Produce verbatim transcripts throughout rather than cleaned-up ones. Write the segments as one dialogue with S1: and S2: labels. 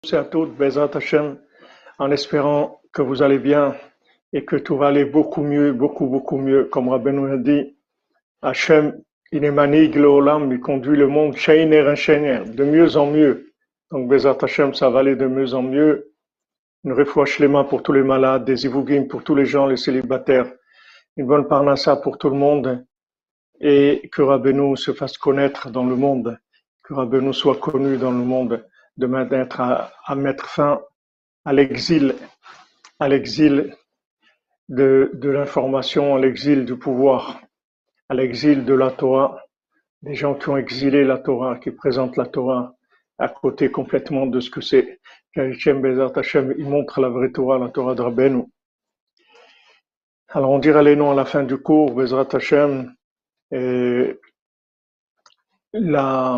S1: et à toutes, Bezrat Hashem, en espérant que vous allez bien et que tout va aller beaucoup mieux, beaucoup, beaucoup mieux. Comme Rabbeinu a dit, Hashem, il est manig le olam, il conduit le monde, sheiner un sheiner, de mieux en mieux. Donc Bezrat Hashem, ça va aller de mieux en mieux. Une refouach lema pour tous les malades, des ivougim pour tous les gens, les célibataires, une bonne parnassa pour tout le monde et que Rabbeinu se fasse connaître dans le monde, que Rabbeinu soit connu dans le monde, de mettre à, à mettre fin à l'exil, à l'exil de, de l'information, à l'exil du pouvoir, à l'exil de la Torah, des gens qui ont exilé la Torah, qui présentent la Torah à côté complètement de ce que c'est. Qu'Hachem Bezrat Hashem, il montre la vraie Torah, la Torah de Rabbeinu. Alors on dira les noms à la fin du cours, Bezrat Hashem, et la,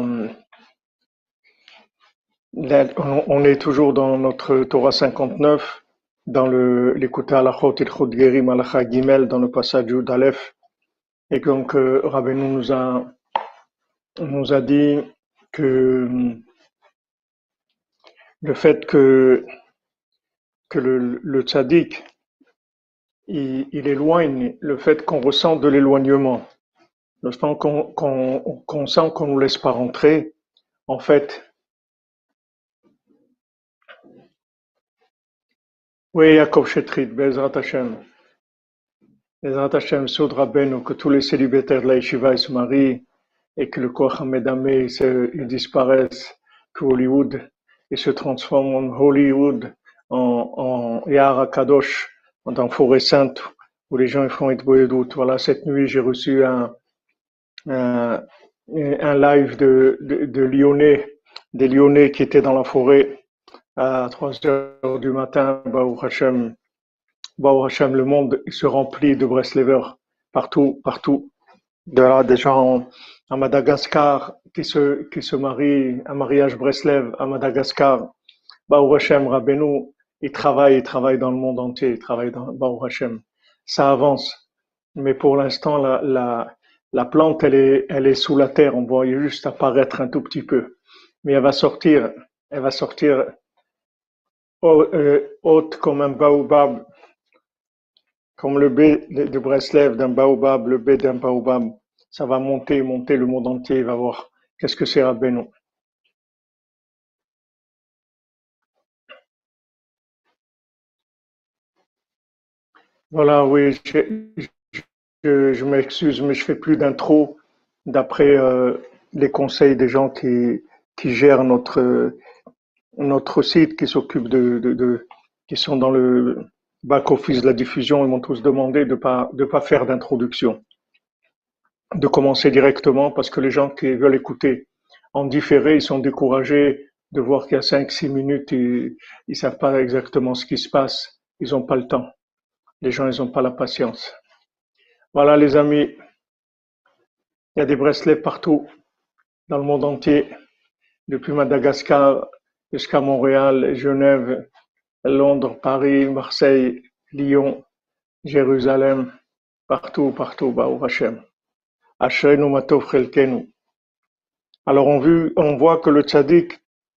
S1: la, on est toujours dans notre Torah cinquante-neuf, dans le l'écouter halachot ilchot gerim halacha gimel, dans le passage Yud Aleph, et donc euh, Rabbeinu nous a nous a dit que le fait que que le, le tzaddik il, il éloigne, le fait qu'on ressent de l'éloignement, le fait qu'on qu'on qu'on sent qu'on nous laisse pas rentrer, en fait. Oui, Yaakov Shetrit, Bezrat Hashem. Bezrat Hashem, Soud Rabbeinu, que tous les célibataires de la Yeshiva se marient et que le Koach HaMedameh il disparaisse, que Hollywood il se transforme en Hollywood, en, en Yahar HaKadosh, en forêt sainte, où les gens ils font Hitboedut. Voilà, cette nuit, j'ai reçu un, un, un live de, de, de Lyonnais, des Lyonnais qui étaient dans la forêt à trois heures du matin. Baruch Hashem, Baruch Hashem, le monde il se remplit de Breslevers partout, partout. De là, des gens à Madagascar qui se, qui se marient, un mariage Breslev à Madagascar. Baruch Hashem, Rabbeinu, il travaille, il travaille dans le monde entier, il travaille dans Baruch Hashem. Ça avance. Mais pour l'instant, la, la, la plante, elle est, elle est sous la terre. On voit juste apparaître un tout petit peu. Mais elle va sortir, elle va sortir haute comme un baobab, comme le B de Breslev d'un baobab, le B d'un baobab. Ça va monter, monter le monde entier, il va voir qu'est-ce que c'est Rabbeinu. Voilà, oui, je, je, je m'excuse, mais je fais plus d'intro d'après euh, les conseils des gens qui, qui gèrent notre, notre site, qui s'occupent de, de, de, qui sont dans le back-office de la diffusion. Ils m'ont tous demandé de pas, de pas faire d'introduction, de commencer directement parce que les gens qui veulent écouter en différé, ils sont découragés de voir qu'il y a cinq, six minutes, ils, ils savent pas exactement ce qui se passe, ils ont pas le temps. Les gens, ils ont pas la patience. Voilà, les amis. Il y a des bracelets partout, dans le monde entier, depuis Madagascar jusqu'à Montréal, Genève, Londres, Paris, Marseille, Lyon, Jérusalem, partout, partout, Baruch Hashem. Ashrenu matov chelkenu. Alors on, vu, on voit que le tzaddik,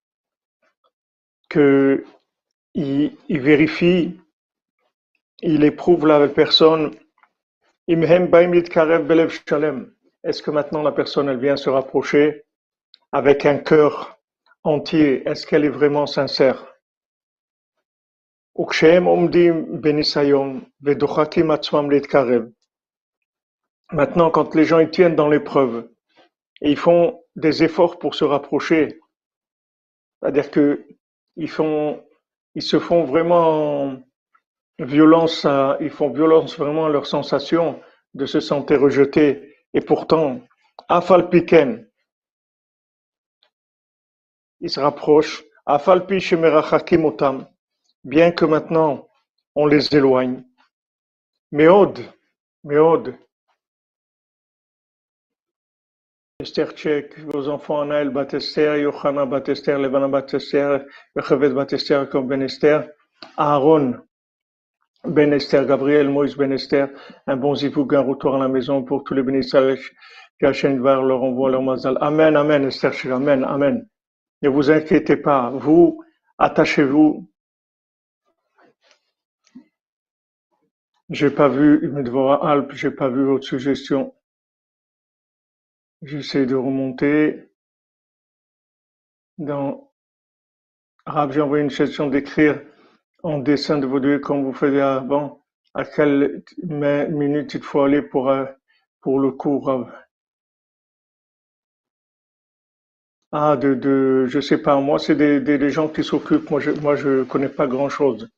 S1: que il, il vérifie, il éprouve la personne. Imhem baim litkarev belev shalem. Est-ce que maintenant la personne elle vient se rapprocher avec un cœur entier? Est-ce qu'elle est vraiment sincère? Ukshem omdim benisayom vedochakim atzmam litkarev. Maintenant, quand les gens ils tiennent dans l'épreuve et ils font des efforts pour se rapprocher, c'est-à-dire que ils font, ils se font vraiment violence, à, ils font violence vraiment à leur sensation de se sentir rejetés. Et pourtant, afal piken, ils se rapprochent. Afal pi shemerachakim otam, bien que maintenant on les éloigne. Meod, meod. Esther Tchek, vos enfants Anaël Batester, Yohana Batester, Levana Batester, Yochevet Batester comme Ben Esther, Aaron Ben Esther, Gabriel Moïse Ben Esther, un bon zivoug, un retour à la maison pour tous les bénisseurs, qu'Hachem va leur envoie leur mazal. Amen, amen, Esther Tchek, amen, amen. Ne vous inquiétez pas, vous, Attachez-vous. J'ai pas vu Medvora Alp, j'ai pas vu votre suggestion. J'essaie de remonter dans Rav, j'ai envoyé une suggestion d'écrire en dessin de vos deux comme vous faisiez avant. À quelle mi- minute il faut aller pour, euh, pour le cours, Rav? Ah, de, de, je sais pas. Moi, c'est des, des, des gens qui s'occupent. Moi, je, moi, je connais pas grand-chose.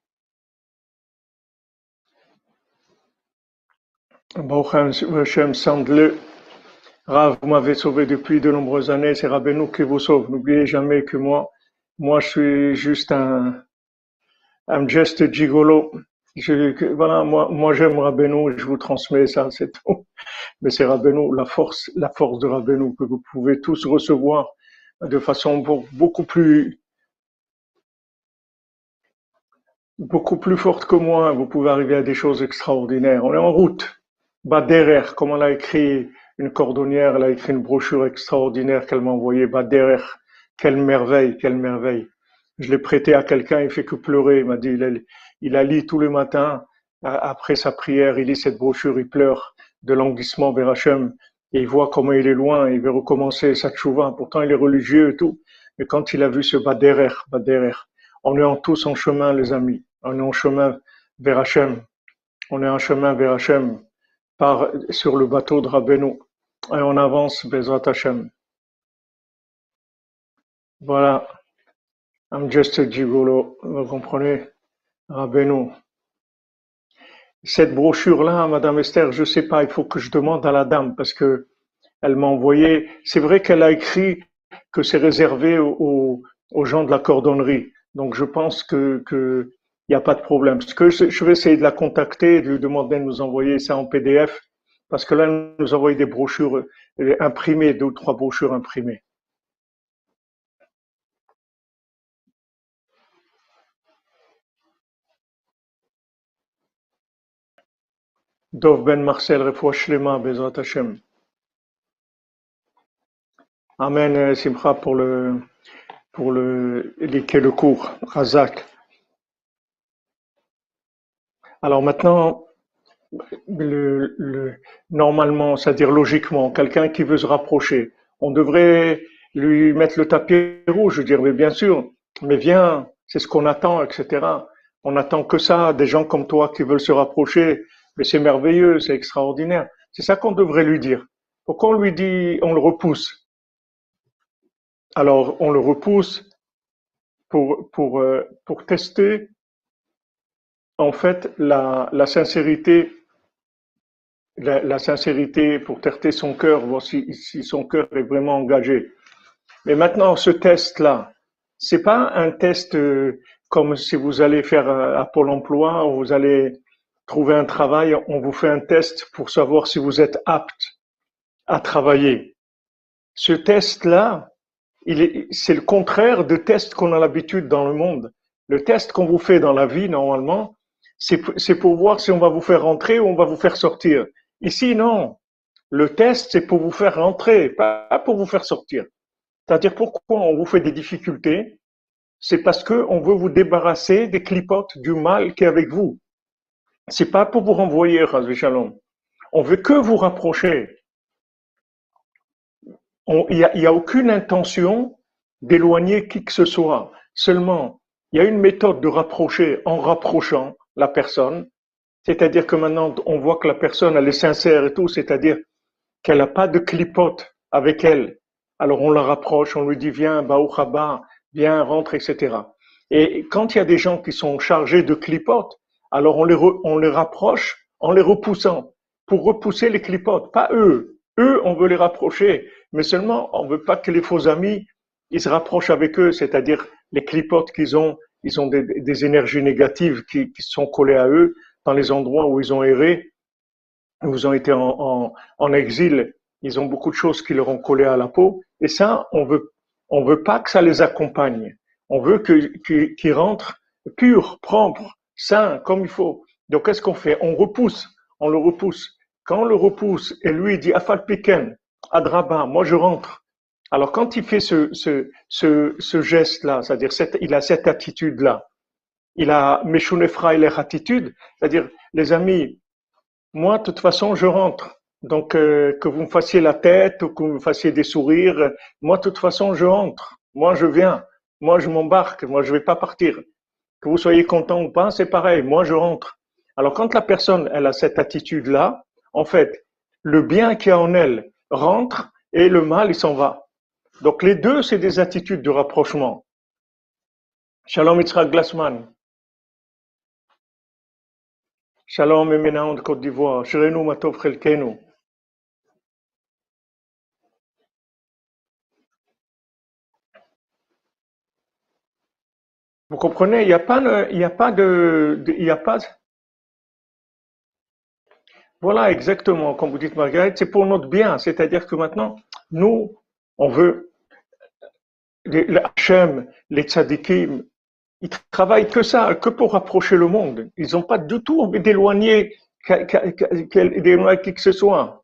S1: Baruch Hashem, Sandle, Rav, vous m'avez sauvé depuis de nombreuses années. C'est Rabbeinu qui vous sauve. N'oubliez jamais que moi, moi, je suis juste un, un geste gigolo. Je, que- voilà, moi, moi, j'aime Rabbeinu. Je vous transmets ça, c'est tout. Mais c'est Rabbeinu, la force, la force de Rabbeinu que vous pouvez tous recevoir de façon beau- beaucoup plus, beaucoup plus forte que moi. Vous pouvez arriver à des choses extraordinaires. On est en route. Baderer, comme on l'a écrit, une cordonnière, elle a écrit une brochure extraordinaire qu'elle m'a envoyée. Baderer, quelle merveille, quelle merveille. Je l'ai prêté à quelqu'un, il fait que pleurer. Il m'a dit, il a, il la lit tous les matins. Après sa prière, il lit cette brochure, il pleure de languissement vers Hachem. Et il voit comment il est loin, il veut recommencer sa tchouva. Pourtant, il est religieux et tout. Mais quand il a vu ce Baderer, Baderer, on est en tous en chemin, les amis. On est en chemin vers Hachem. On est en chemin vers Hachem par, sur le bateau de Rabbeinu. Et on avance, Bezrat Hashem. Voilà. I'm just a gigolo. Vous comprenez? Rabbeinu. Cette brochure-là, Madame Esther, je sais pas, il faut que je demande à la dame parce que elle m'a envoyé. C'est vrai qu'elle a écrit que c'est réservé aux, aux gens de la cordonnerie. Donc je pense que, que il n'y a pas de problème. Ce que je, je vais essayer de la contacter, de lui demander de nous envoyer ça en P D F, parce que là, elle nous envoie des brochures euh, imprimées, deux ou trois brochures imprimées. Dov Ben Marcel, Refoua Shlema, Bezrat Hashem. Amen, euh, Simcha, pour le, pour le, liker le cours, Razak. Alors maintenant, le, le, normalement, c'est-à-dire logiquement, quelqu'un qui veut se rapprocher, on devrait lui mettre le tapis rouge, je dire, mais bien sûr, mais viens, c'est ce qu'on attend, et cetera. On attend que ça, des gens comme toi qui veulent se rapprocher, mais c'est merveilleux, c'est extraordinaire. C'est ça qu'on devrait lui dire. Pourquoi on lui dit, on le repousse? Alors, on le repousse pour, pour, euh, pour tester, en fait, la, la sincérité la, la sincérité pour tester son cœur, voir si, si son cœur est vraiment engagé. Mais maintenant, ce test-là, c'est pas un test euh, comme si vous allez faire un, à Pôle emploi ou vous allez trouver un travail, on vous fait un test pour savoir si vous êtes apte à travailler. Ce test-là, il est, c'est le contraire de test qu'on a l'habitude dans le monde. Le test qu'on vous fait dans la vie, normalement, c'est, c'est pour voir si on va vous faire rentrer ou on va vous faire sortir. Ici, non. Le test, c'est pour vous faire rentrer, pas pour vous faire sortir. C'est-à-dire pourquoi on vous fait des difficultés, c'est parce que on veut vous débarrasser des clipotes du mal qui est avec vous. C'est pas pour vous renvoyer, Razvé Shalom. On veut que vous rapprocher. Il n'y a, y a aucune intention d'éloigner qui que ce soit. Seulement, il y a une méthode de rapprocher en rapprochant la personne. C'est-à-dire que maintenant, on voit que la personne, elle est sincère et tout. C'est-à-dire qu'elle n'a pas de clipote avec elle. Alors on la rapproche, on lui dit viens, Baruch haba, viens, rentre, et cetera. Et quand il y a des gens qui sont chargés de clipotes, alors on les, re- on les rapproche en les repoussant, pour repousser les clipotes, pas eux. Eux, on veut les rapprocher, mais seulement on veut pas que les faux amis, ils se rapprochent avec eux, c'est-à-dire les clipotes qu'ils ont, ils ont des, des énergies négatives qui, qui sont collées à eux dans les endroits où ils ont erré, ils ont été en, en, en exil, ils ont beaucoup de choses qui leur ont collé à la peau. Et ça, on veut, on veut pas que ça les accompagne. On veut que, que, qu'ils rentrent purs, propres, sains, comme il faut. Donc, qu'est-ce qu'on fait? On repousse, on le repousse. Quand on le repousse et lui dit, Afal Piken, Adraba, moi je rentre. Alors quand il fait ce, ce, ce, ce geste-là, c'est-à-dire cette, il a cette attitude-là, il a Meshunefra et leur attitude, c'est-à-dire les amis, moi de toute façon je rentre. Donc euh, que vous me fassiez la tête ou que vous me fassiez des sourires, moi de toute façon je rentre. Moi je viens. Moi je m'embarque. Moi je vais pas partir. Que vous soyez content ou pas, c'est pareil. Moi je rentre. Alors quand la personne elle a cette attitude-là, en fait, le bien qui a en elle rentre et le mal il s'en va. Donc les deux, c'est des attitudes de rapprochement. Shalom Yitzhak Glassman. Shalom Emenaon de Côte d'Ivoire. Shirenu Matov Chelkenu. Vous comprenez, il n'y a pas de, il y a pas de, de- il y a pas, voilà exactement, comme vous dites Margaret, c'est pour notre bien. C'est-à-dire que maintenant, nous, on veut, les, les Hachem, les tzadikim, ils travaillent que ça, que pour rapprocher le monde. Ils n'ont pas du tout envie d'éloigner, qu'à- qu'à- qu'à- d'éloigner qui que ce soit.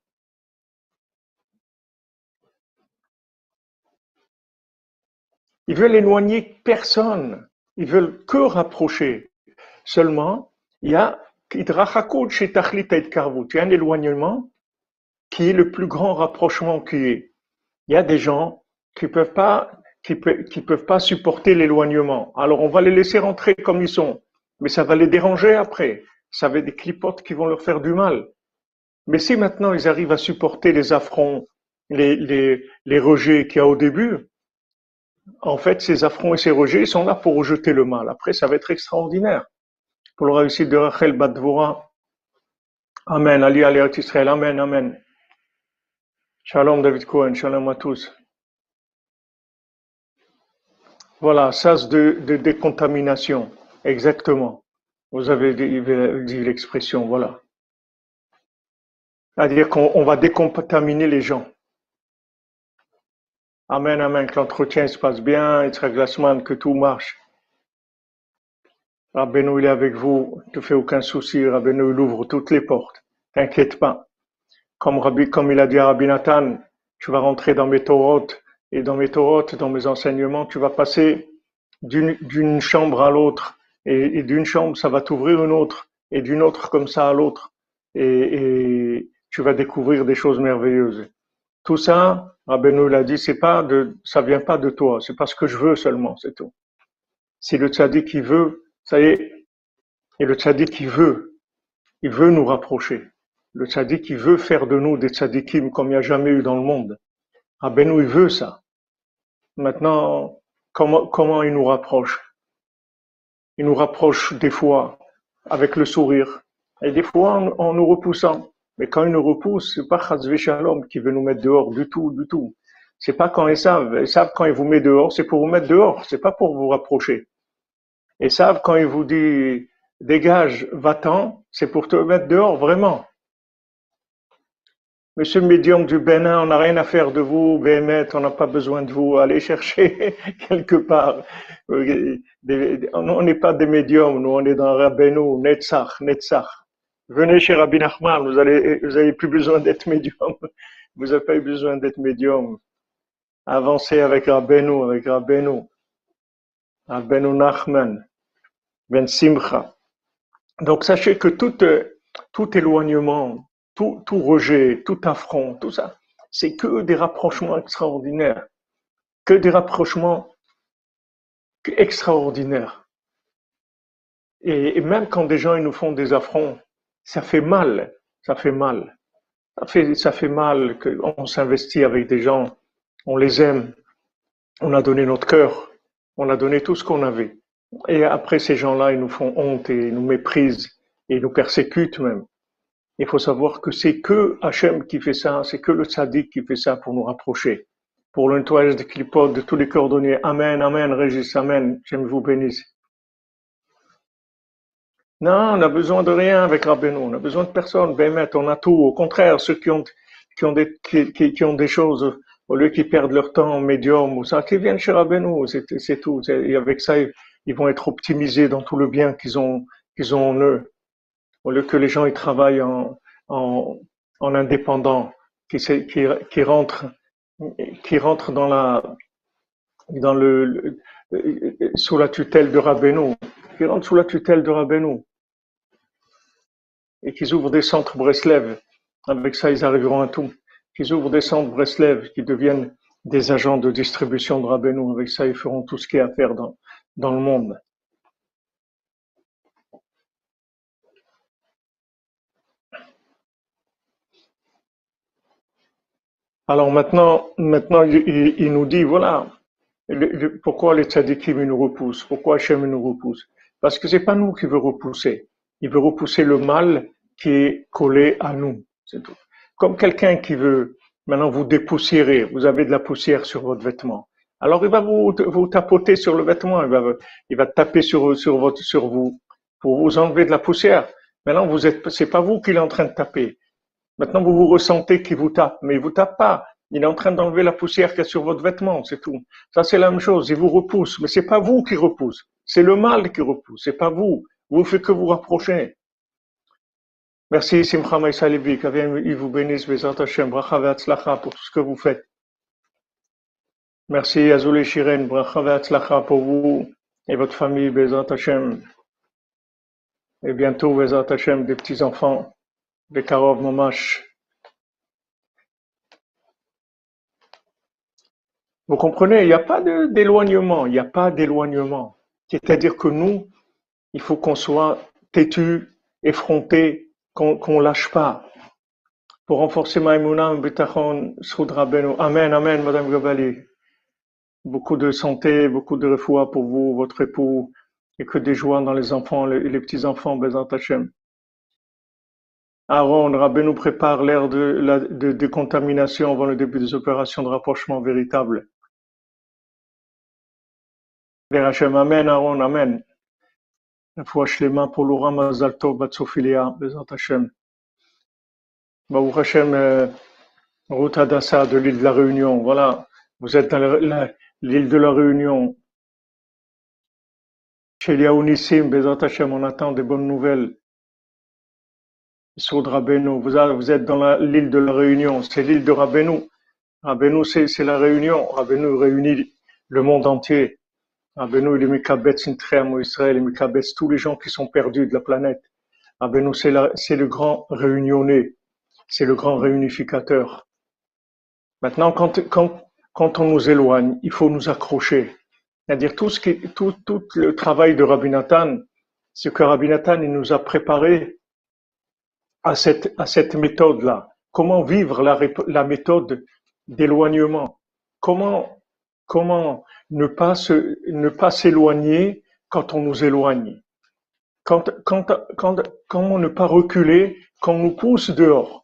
S1: Ils veulent éloigner personne. Ils veulent que rapprocher. Seulement, il y a il y a un éloignement qui est le plus grand rapprochement qui est. Il y a des gens qui peuvent pas, qui, peut- qui peuvent pas supporter l'éloignement. Alors on va les laisser rentrer comme ils sont, mais ça va les déranger après. Ça va être des clipotes qui vont leur faire du mal. Mais si maintenant ils arrivent à supporter les affronts, les, les, les rejets qu'il y a au début, en fait, ces affronts et ces rejets sont là pour rejeter le mal. Après, ça va être extraordinaire. Pour la réussite de Rachel Badvora. Amen. Ali Aléat Israël. Amen. Amen. Shalom David Cohen. Shalom à tous. Voilà, sas de, de décontamination. Exactement. Vous avez dit, dit l'expression, voilà. C'est-à-dire qu'on on va décontaminer les gens. Amen, amen, que l'entretien se passe bien, et Glassman, que tout marche. Rabbeinu, il est avec vous, ne te fais aucun souci, Rabbeinu, il ouvre toutes les portes. T'inquiète pas. Comme, Rabbi, comme il a dit à Rabbi Nathan, tu vas rentrer dans mes taurotes, et dans mes taurotes, dans mes enseignements, tu vas passer d'une, d'une chambre à l'autre, et, et d'une chambre, ça va t'ouvrir une autre, et d'une autre comme ça à l'autre, et, et tu vas découvrir des choses merveilleuses. Tout ça, Rabbeinu l'a dit, c'est pas de, ça vient pas de toi, c'est parce que je veux seulement, c'est tout. Si le tzaddik qui veut, ça y est, et le tzaddik qui veut, il veut nous rapprocher. Le tzaddik, il veut faire de nous des tzaddikim comme il n'y a jamais eu dans le monde. Rabbeinu, il veut ça. Maintenant, comment, comment il nous rapproche? Il nous rapproche des fois avec le sourire, et des fois en, en nous repoussant. Mais quand il nous repousse, c'est pas Chazvé Shalom qui veut nous mettre dehors du tout, du tout. C'est pas quand ils savent. Ils savent quand il vous met dehors, c'est pour vous mettre dehors, c'est pas pour vous rapprocher. Ils savent quand il vous dit dégage, va-t'en, c'est pour te mettre dehors vraiment. Monsieur le médium du Bénin, on n'a rien à faire de vous, Béhémet, on n'a pas besoin de vous, allez chercher quelque part. On n'est pas des médiums, nous on est dans Rabbeinu, Netzach, Netzach. Venez chez Rabbi Nachman, vous allez, vous avez plus besoin d'être médium. Vous n'avez pas eu besoin d'être médium. Avancez avec Rabbeinu, avec Rabbeinu. Rabbeinu Nachman, Ben Simcha. Donc sachez que tout, tout éloignement, tout, tout rejet, tout affront, tout ça, c'est que des rapprochements extraordinaires, que des rapprochements extraordinaires. Et, et même quand des gens ils nous font des affronts, ça fait mal, ça fait mal. Ça fait, ça fait mal qu'on s'investit avec des gens, on les aime, on a donné notre cœur, on a donné tout ce qu'on avait. Et après ces gens-là, ils nous font honte et ils nous méprisent et ils nous persécutent même. Il faut savoir que c'est que Hachem qui fait ça, c'est que le tzaddik qui fait ça pour nous rapprocher. Pour le nettoyage des clipotes, de tous les cordonniers. Amen, amen, Régis, amen. J'aime vous bénisse. Non, on n'a besoin de rien avec Rabbeinu, on a besoin de personne. Bémet, on a tout. Au contraire, ceux qui ont, qui ont des, qui, qui, qui ont des choses, au lieu qu'ils perdent leur temps en médium ou ça, qui viennent chez Rabbeinu, c'est, c'est tout. Et avec ça, ils vont être optimisés dans tout le bien qu'ils ont, qu'ils ont en eux. Au lieu que les gens ils travaillent en, en, en indépendant, qui, qui, qui rentrent qui rentrent dans la, dans le, le sous la tutelle de Rabbeinu, qui rentrent sous la tutelle de Rabbeinu, et qu'ils ouvrent des centres Breslev. Avec ça, ils arriveront à tout. Qu'ils ouvrent des centres Breslev, qui deviennent des agents de distribution de Rabbeinu. Avec ça, ils feront tout ce qu'il y a à faire dans, dans le monde. Alors maintenant, maintenant, il, il, il nous dit, voilà, le, le, pourquoi les tzadikim nous repoussent, pourquoi Hachem nous repousse. Parce que c'est pas nous qui veut repousser. Il veut repousser le mal qui est collé à nous. C'est tout. Comme quelqu'un qui veut maintenant vous dépoussiérer, vous avez de la poussière sur votre vêtement. Alors il va vous, vous tapoter sur le vêtement, il va, il va taper sur, sur, votre, sur vous pour vous enlever de la poussière. Maintenant, vous êtes, c'est pas vous qu'il est en train de taper. Maintenant, vous vous ressentez qu'il vous tape, mais il vous tape pas. Il est en train d'enlever la poussière qu'il y a sur votre vêtement, c'est tout. Ça, c'est la même chose. Il vous repousse, mais c'est pas vous qui repousse. C'est le mal qui repousse. C'est pas vous. Vous ne faites que vous rapprocher. Merci, Simcha Maïsa Levi. Qu'Aviel vous bénisse, Bezat Hashem. Bracha ve'atzlacha pour tout ce que vous faites. Merci, Azoulé Shiren. Bracha ve'atzlacha pour vous et votre famille, Bezat Hashem. Et bientôt, Bezat Hashem, des petits-enfants. Bekarov Mamash. Vous comprenez, il n'y a pas de, d'éloignement, il n'y a pas d'éloignement. C'est-à-dire que nous, il faut qu'on soit têtu, effronté, qu'on qu'on lâche pas. Pour renforcer Maïmouna, Betachon, Soudra Beno. Amen, amen, Madame Gabali. Beaucoup de santé, beaucoup de refoua pour vous, votre époux, et que des joies dans les enfants, les, les petits-enfants, Bezat Hashem. Aaron, Rabbeinu prépare l'ère de, la, de décontamination avant le début des opérations de rapprochement véritable. Les Hachem, Amen, Aaron, Amen. La foi Shlema pour Laura Mazal Tov Batsophilia, Bezat Hashem. Baruch Hashem, euh, Ruth Hadassah de l'île de la Réunion. Voilà, vous êtes dans la, la, l'île de la Réunion. Chez Liaounissim, Bezat Hashem, on attend des bonnes nouvelles. Soud Rabbeinu, vous, vous êtes dans la, l'île de la Réunion, c'est l'île de Rabbeinu. Rabbeinu, c'est, c'est la Réunion. Rabbeinu réunit le monde entier. Rabbeinu, il est Mikabetz Intream au Israël, il Mikabetz tous les gens qui sont perdus de la planète. Rabbeinu, c'est, la, c'est le grand réunionnais, c'est le grand réunificateur. Maintenant, quand, quand, quand on nous éloigne, il faut nous accrocher. C'est-à-dire tout, ce qui, tout, tout le travail de Rabbi Nathan, c'est que Rabbi Nathan il nous a préparé à cette, à cette méthode-là. Comment vivre la, la méthode d'éloignement? Comment, comment ne pas se, ne pas s'éloigner quand on nous éloigne? Quand, quand, quand, comment ne pas reculer quand on nous pousse dehors?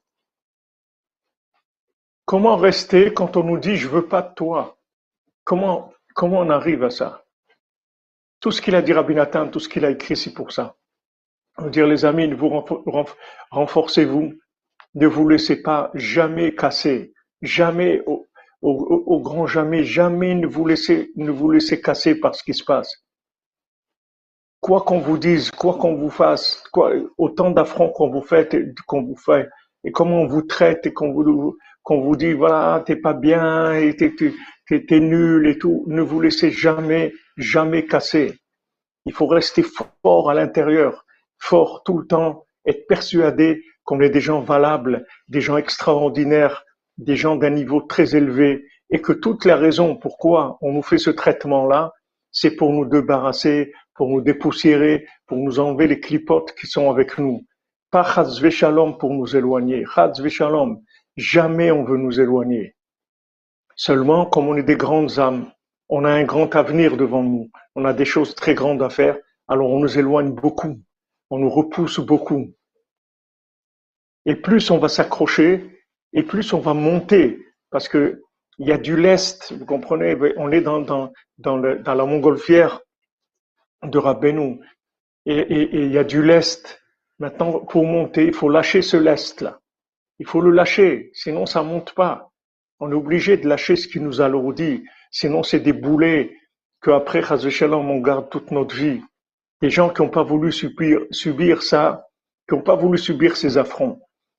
S1: Comment rester quand on nous dit je veux pas de toi? Comment, comment on arrive à ça? Tout ce qu'il a dit Rabbi Nathan, tout ce qu'il a écrit, c'est pour ça. On veut dire les amis, vous renforcez-vous, ne vous laissez pas jamais casser, jamais au, au, au grand jamais, jamais ne vous laissez, ne vous laissez casser par ce qui se passe. Quoi qu'on vous dise, quoi qu'on vous fasse, quoi, autant d'affronts qu'on vous fait, qu'on vous fait, et comment on vous traite et qu'on vous, qu'on vous dit voilà t'es pas bien, et t'es, t'es, t'es nul et tout, ne vous laissez jamais, jamais casser. Il faut rester fort à l'intérieur. Fort tout le temps, être persuadé qu'on est des gens valables, des gens extraordinaires, des gens d'un niveau très élevé, et que toute la raison pourquoi on nous fait ce traitement-là, c'est pour nous débarrasser, pour nous dépoussiérer, pour nous enlever les clipotes qui sont avec nous. Pas chas v'shalom pour nous éloigner, chas v'shalom, jamais on veut nous éloigner. Seulement, comme on est des grandes âmes, on a un grand avenir devant nous, on a des choses très grandes à faire, alors on nous éloigne beaucoup. On nous repousse beaucoup. Et plus on va s'accrocher, et plus on va monter. Parce que il y a du lest, vous comprenez, on est dans, dans, dans, le, dans la montgolfière de Rabbeinu. Et, et, et il y a du lest. Maintenant, pour monter, il faut lâcher ce lest-là. Il faut le lâcher, sinon ça monte pas. On est obligé de lâcher ce qui nous alourdit. Sinon, c'est des boulets qu'après, chas v'shalom, on garde toute notre vie. Des gens qui n'ont pas voulu subir, subir ça, qui n'ont pas voulu subir ces affronts.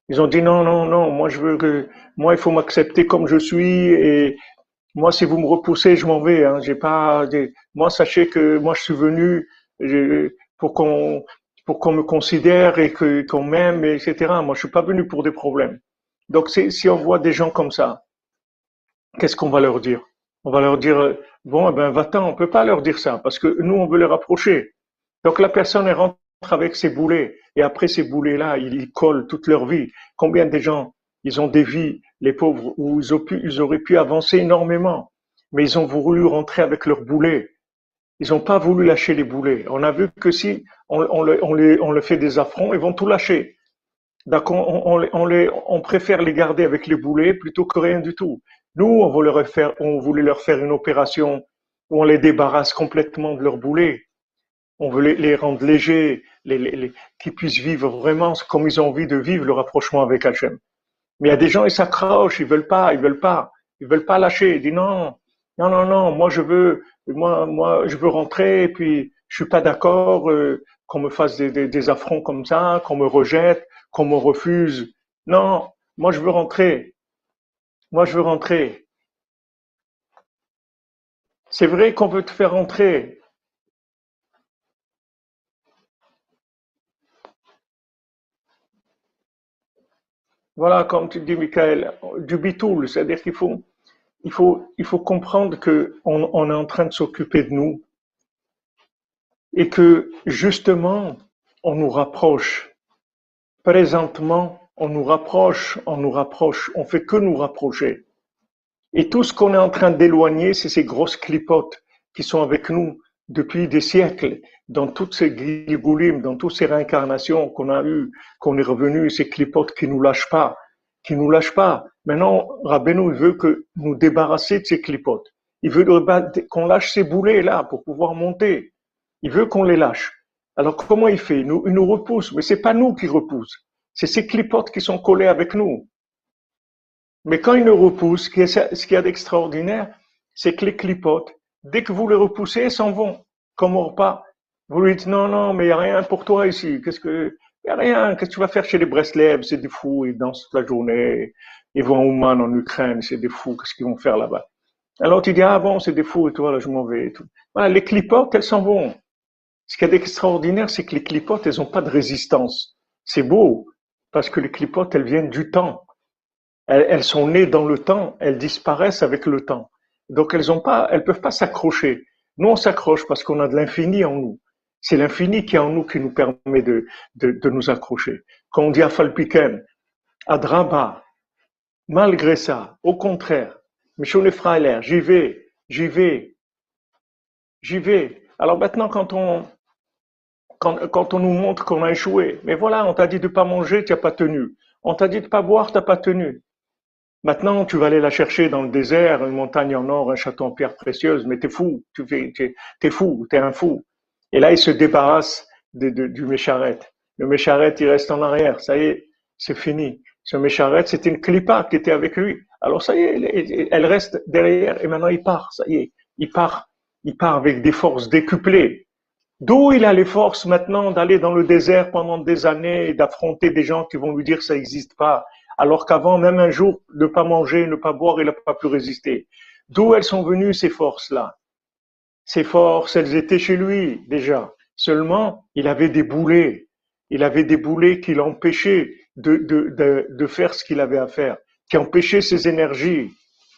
S1: Ils ont dit non, non, non, moi je veux que, moi il faut m'accepter comme je suis et moi si vous me repoussez, je m'en vais. Hein. J'ai pas, des- moi sachez que moi je suis venu je- pour qu'on pour qu'on me considère et que qu'on m'aime, et cetera. Moi je suis pas venu pour des problèmes. Donc c'est- si on voit des gens comme ça, qu'est-ce qu'on va leur dire? On va leur dire, euh, bon, eh ben, va-t'en, on peut pas leur dire ça, parce que nous, on veut les rapprocher. Donc la personne, elle rentre avec ses boulets, et après ces boulets-là, ils, ils collent toute leur vie. Combien de gens, ils ont des vies, les pauvres, où ils, ont pu, ils auraient pu avancer énormément, mais ils ont voulu rentrer avec leurs boulets. Ils n'ont pas voulu lâcher les boulets. On a vu que si on, on, le- on les, on le fait des affronts, ils vont tout lâcher. Donc, on, on, on, les, on préfère les garder avec les boulets plutôt que rien du tout. Nous, on voulait, leur faire, on voulait leur faire une opération où on les débarrasse complètement de leurs boulets. On veut les, les rendre légers, les, les, les, qu'ils puissent vivre vraiment comme ils ont envie de vivre le rapprochement avec Hachem. Mais il y a des gens, ils s'accrochent, ils veulent pas, ils veulent pas, ils veulent pas lâcher. Ils disent non, non, non, non, moi je veux, moi, moi, je veux rentrer et puis je suis pas d'accord euh, qu'on me fasse des, des, des affronts comme ça, qu'on me rejette, qu'on me refuse. Non, moi je veux rentrer, moi je veux rentrer. C'est vrai qu'on veut te faire rentrer. Voilà, comme tu dis, Michael, du bitoul, c'est-à-dire qu'il faut, il faut, il faut comprendre que on, on est en train de s'occuper de nous et que justement, on nous rapproche. Présentement, on nous rapproche, on nous rapproche, on fait que nous rapprocher. Et tout ce qu'on est en train d'éloigner, c'est ces grosses clipotes qui sont avec nous depuis des siècles, dans toutes ces gilgoulim, dans toutes ces réincarnations qu'on a eues, qu'on est revenu, ces clipotes qui nous lâchent pas, qui nous lâchent pas. Maintenant, Rabbeinu, il veut que nous débarrasser de ces clipotes. Il veut qu'on lâche ces boulets-là pour pouvoir monter. Il veut qu'on les lâche. Alors comment il fait? Il nous, il nous repousse, mais c'est pas nous qui repousse. C'est ces clipotes qui sont collés avec nous. Mais quand il nous repousse, ce qu'il y a d'extraordinaire, c'est que les clipotes, dès que vous les repoussez, ils s'en vont, comme au repas. Vous lui dites, non, non, mais il n'y a rien pour toi ici. Qu'est-ce que, il n'y a rien. Qu'est-ce que tu vas faire chez les Breslev? C'est des fous. Ils dansent toute la journée. Ils vont à Ouman en Ukraine. C'est des fous. Qu'est-ce qu'ils vont faire là-bas? Alors tu dis, ah bon, c'est des fous et toi, là, je m'en vais et tout. Voilà, les clipotes, elles s'en vont. Ce qu'il y a d'extraordinaire, c'est que les clipotes, elles n'ont pas de résistance. C'est beau. Parce que les clipotes, elles viennent du temps. Elles, elles sont nées dans le temps, elles disparaissent avec le temps. Donc elles ont pas, elles peuvent pas s'accrocher. Nous, on s'accroche parce qu'on a de l'infini en nous. C'est l'infini qui est en nous qui nous permet de, de, de nous accrocher. Quand on dit à Falpiken, à Draba, malgré ça, au contraire, Michel Freiler, j'y vais, j'y vais, j'y vais. Alors maintenant, quand on, quand, quand on nous montre qu'on a échoué, mais voilà, on t'a dit de pas manger, tu n'as pas tenu. On t'a dit de pas boire, tu n'as pas tenu. Maintenant, tu vas aller la chercher dans le désert, une montagne en or, un château en pierre précieuse, mais t'es fou, tu fais, t'es, t'es fou, t'es un fou. Et là, il se débarrasse de, de- du mécharet. Le mécharet, il reste en arrière, ça y est, c'est fini. Ce mécharet, c'était une clipa qui était avec lui. Alors ça y est, elle, elle reste derrière et maintenant il part, ça y est, il part, il part avec des forces décuplées. D'où il a les forces maintenant d'aller dans le désert pendant des années et d'affronter des gens qui vont lui dire que ça n'existe pas, alors qu'avant, même un jour, ne pas manger, ne pas boire, il n'a pas pu résister. D'où elles sont venues ces forces-là? Ces forces, elles étaient chez lui déjà. Seulement, il avait des boulets. Il avait des boulets qui l'empêchaient de, de, de, de faire ce qu'il avait à faire, qui empêchaient ses énergies.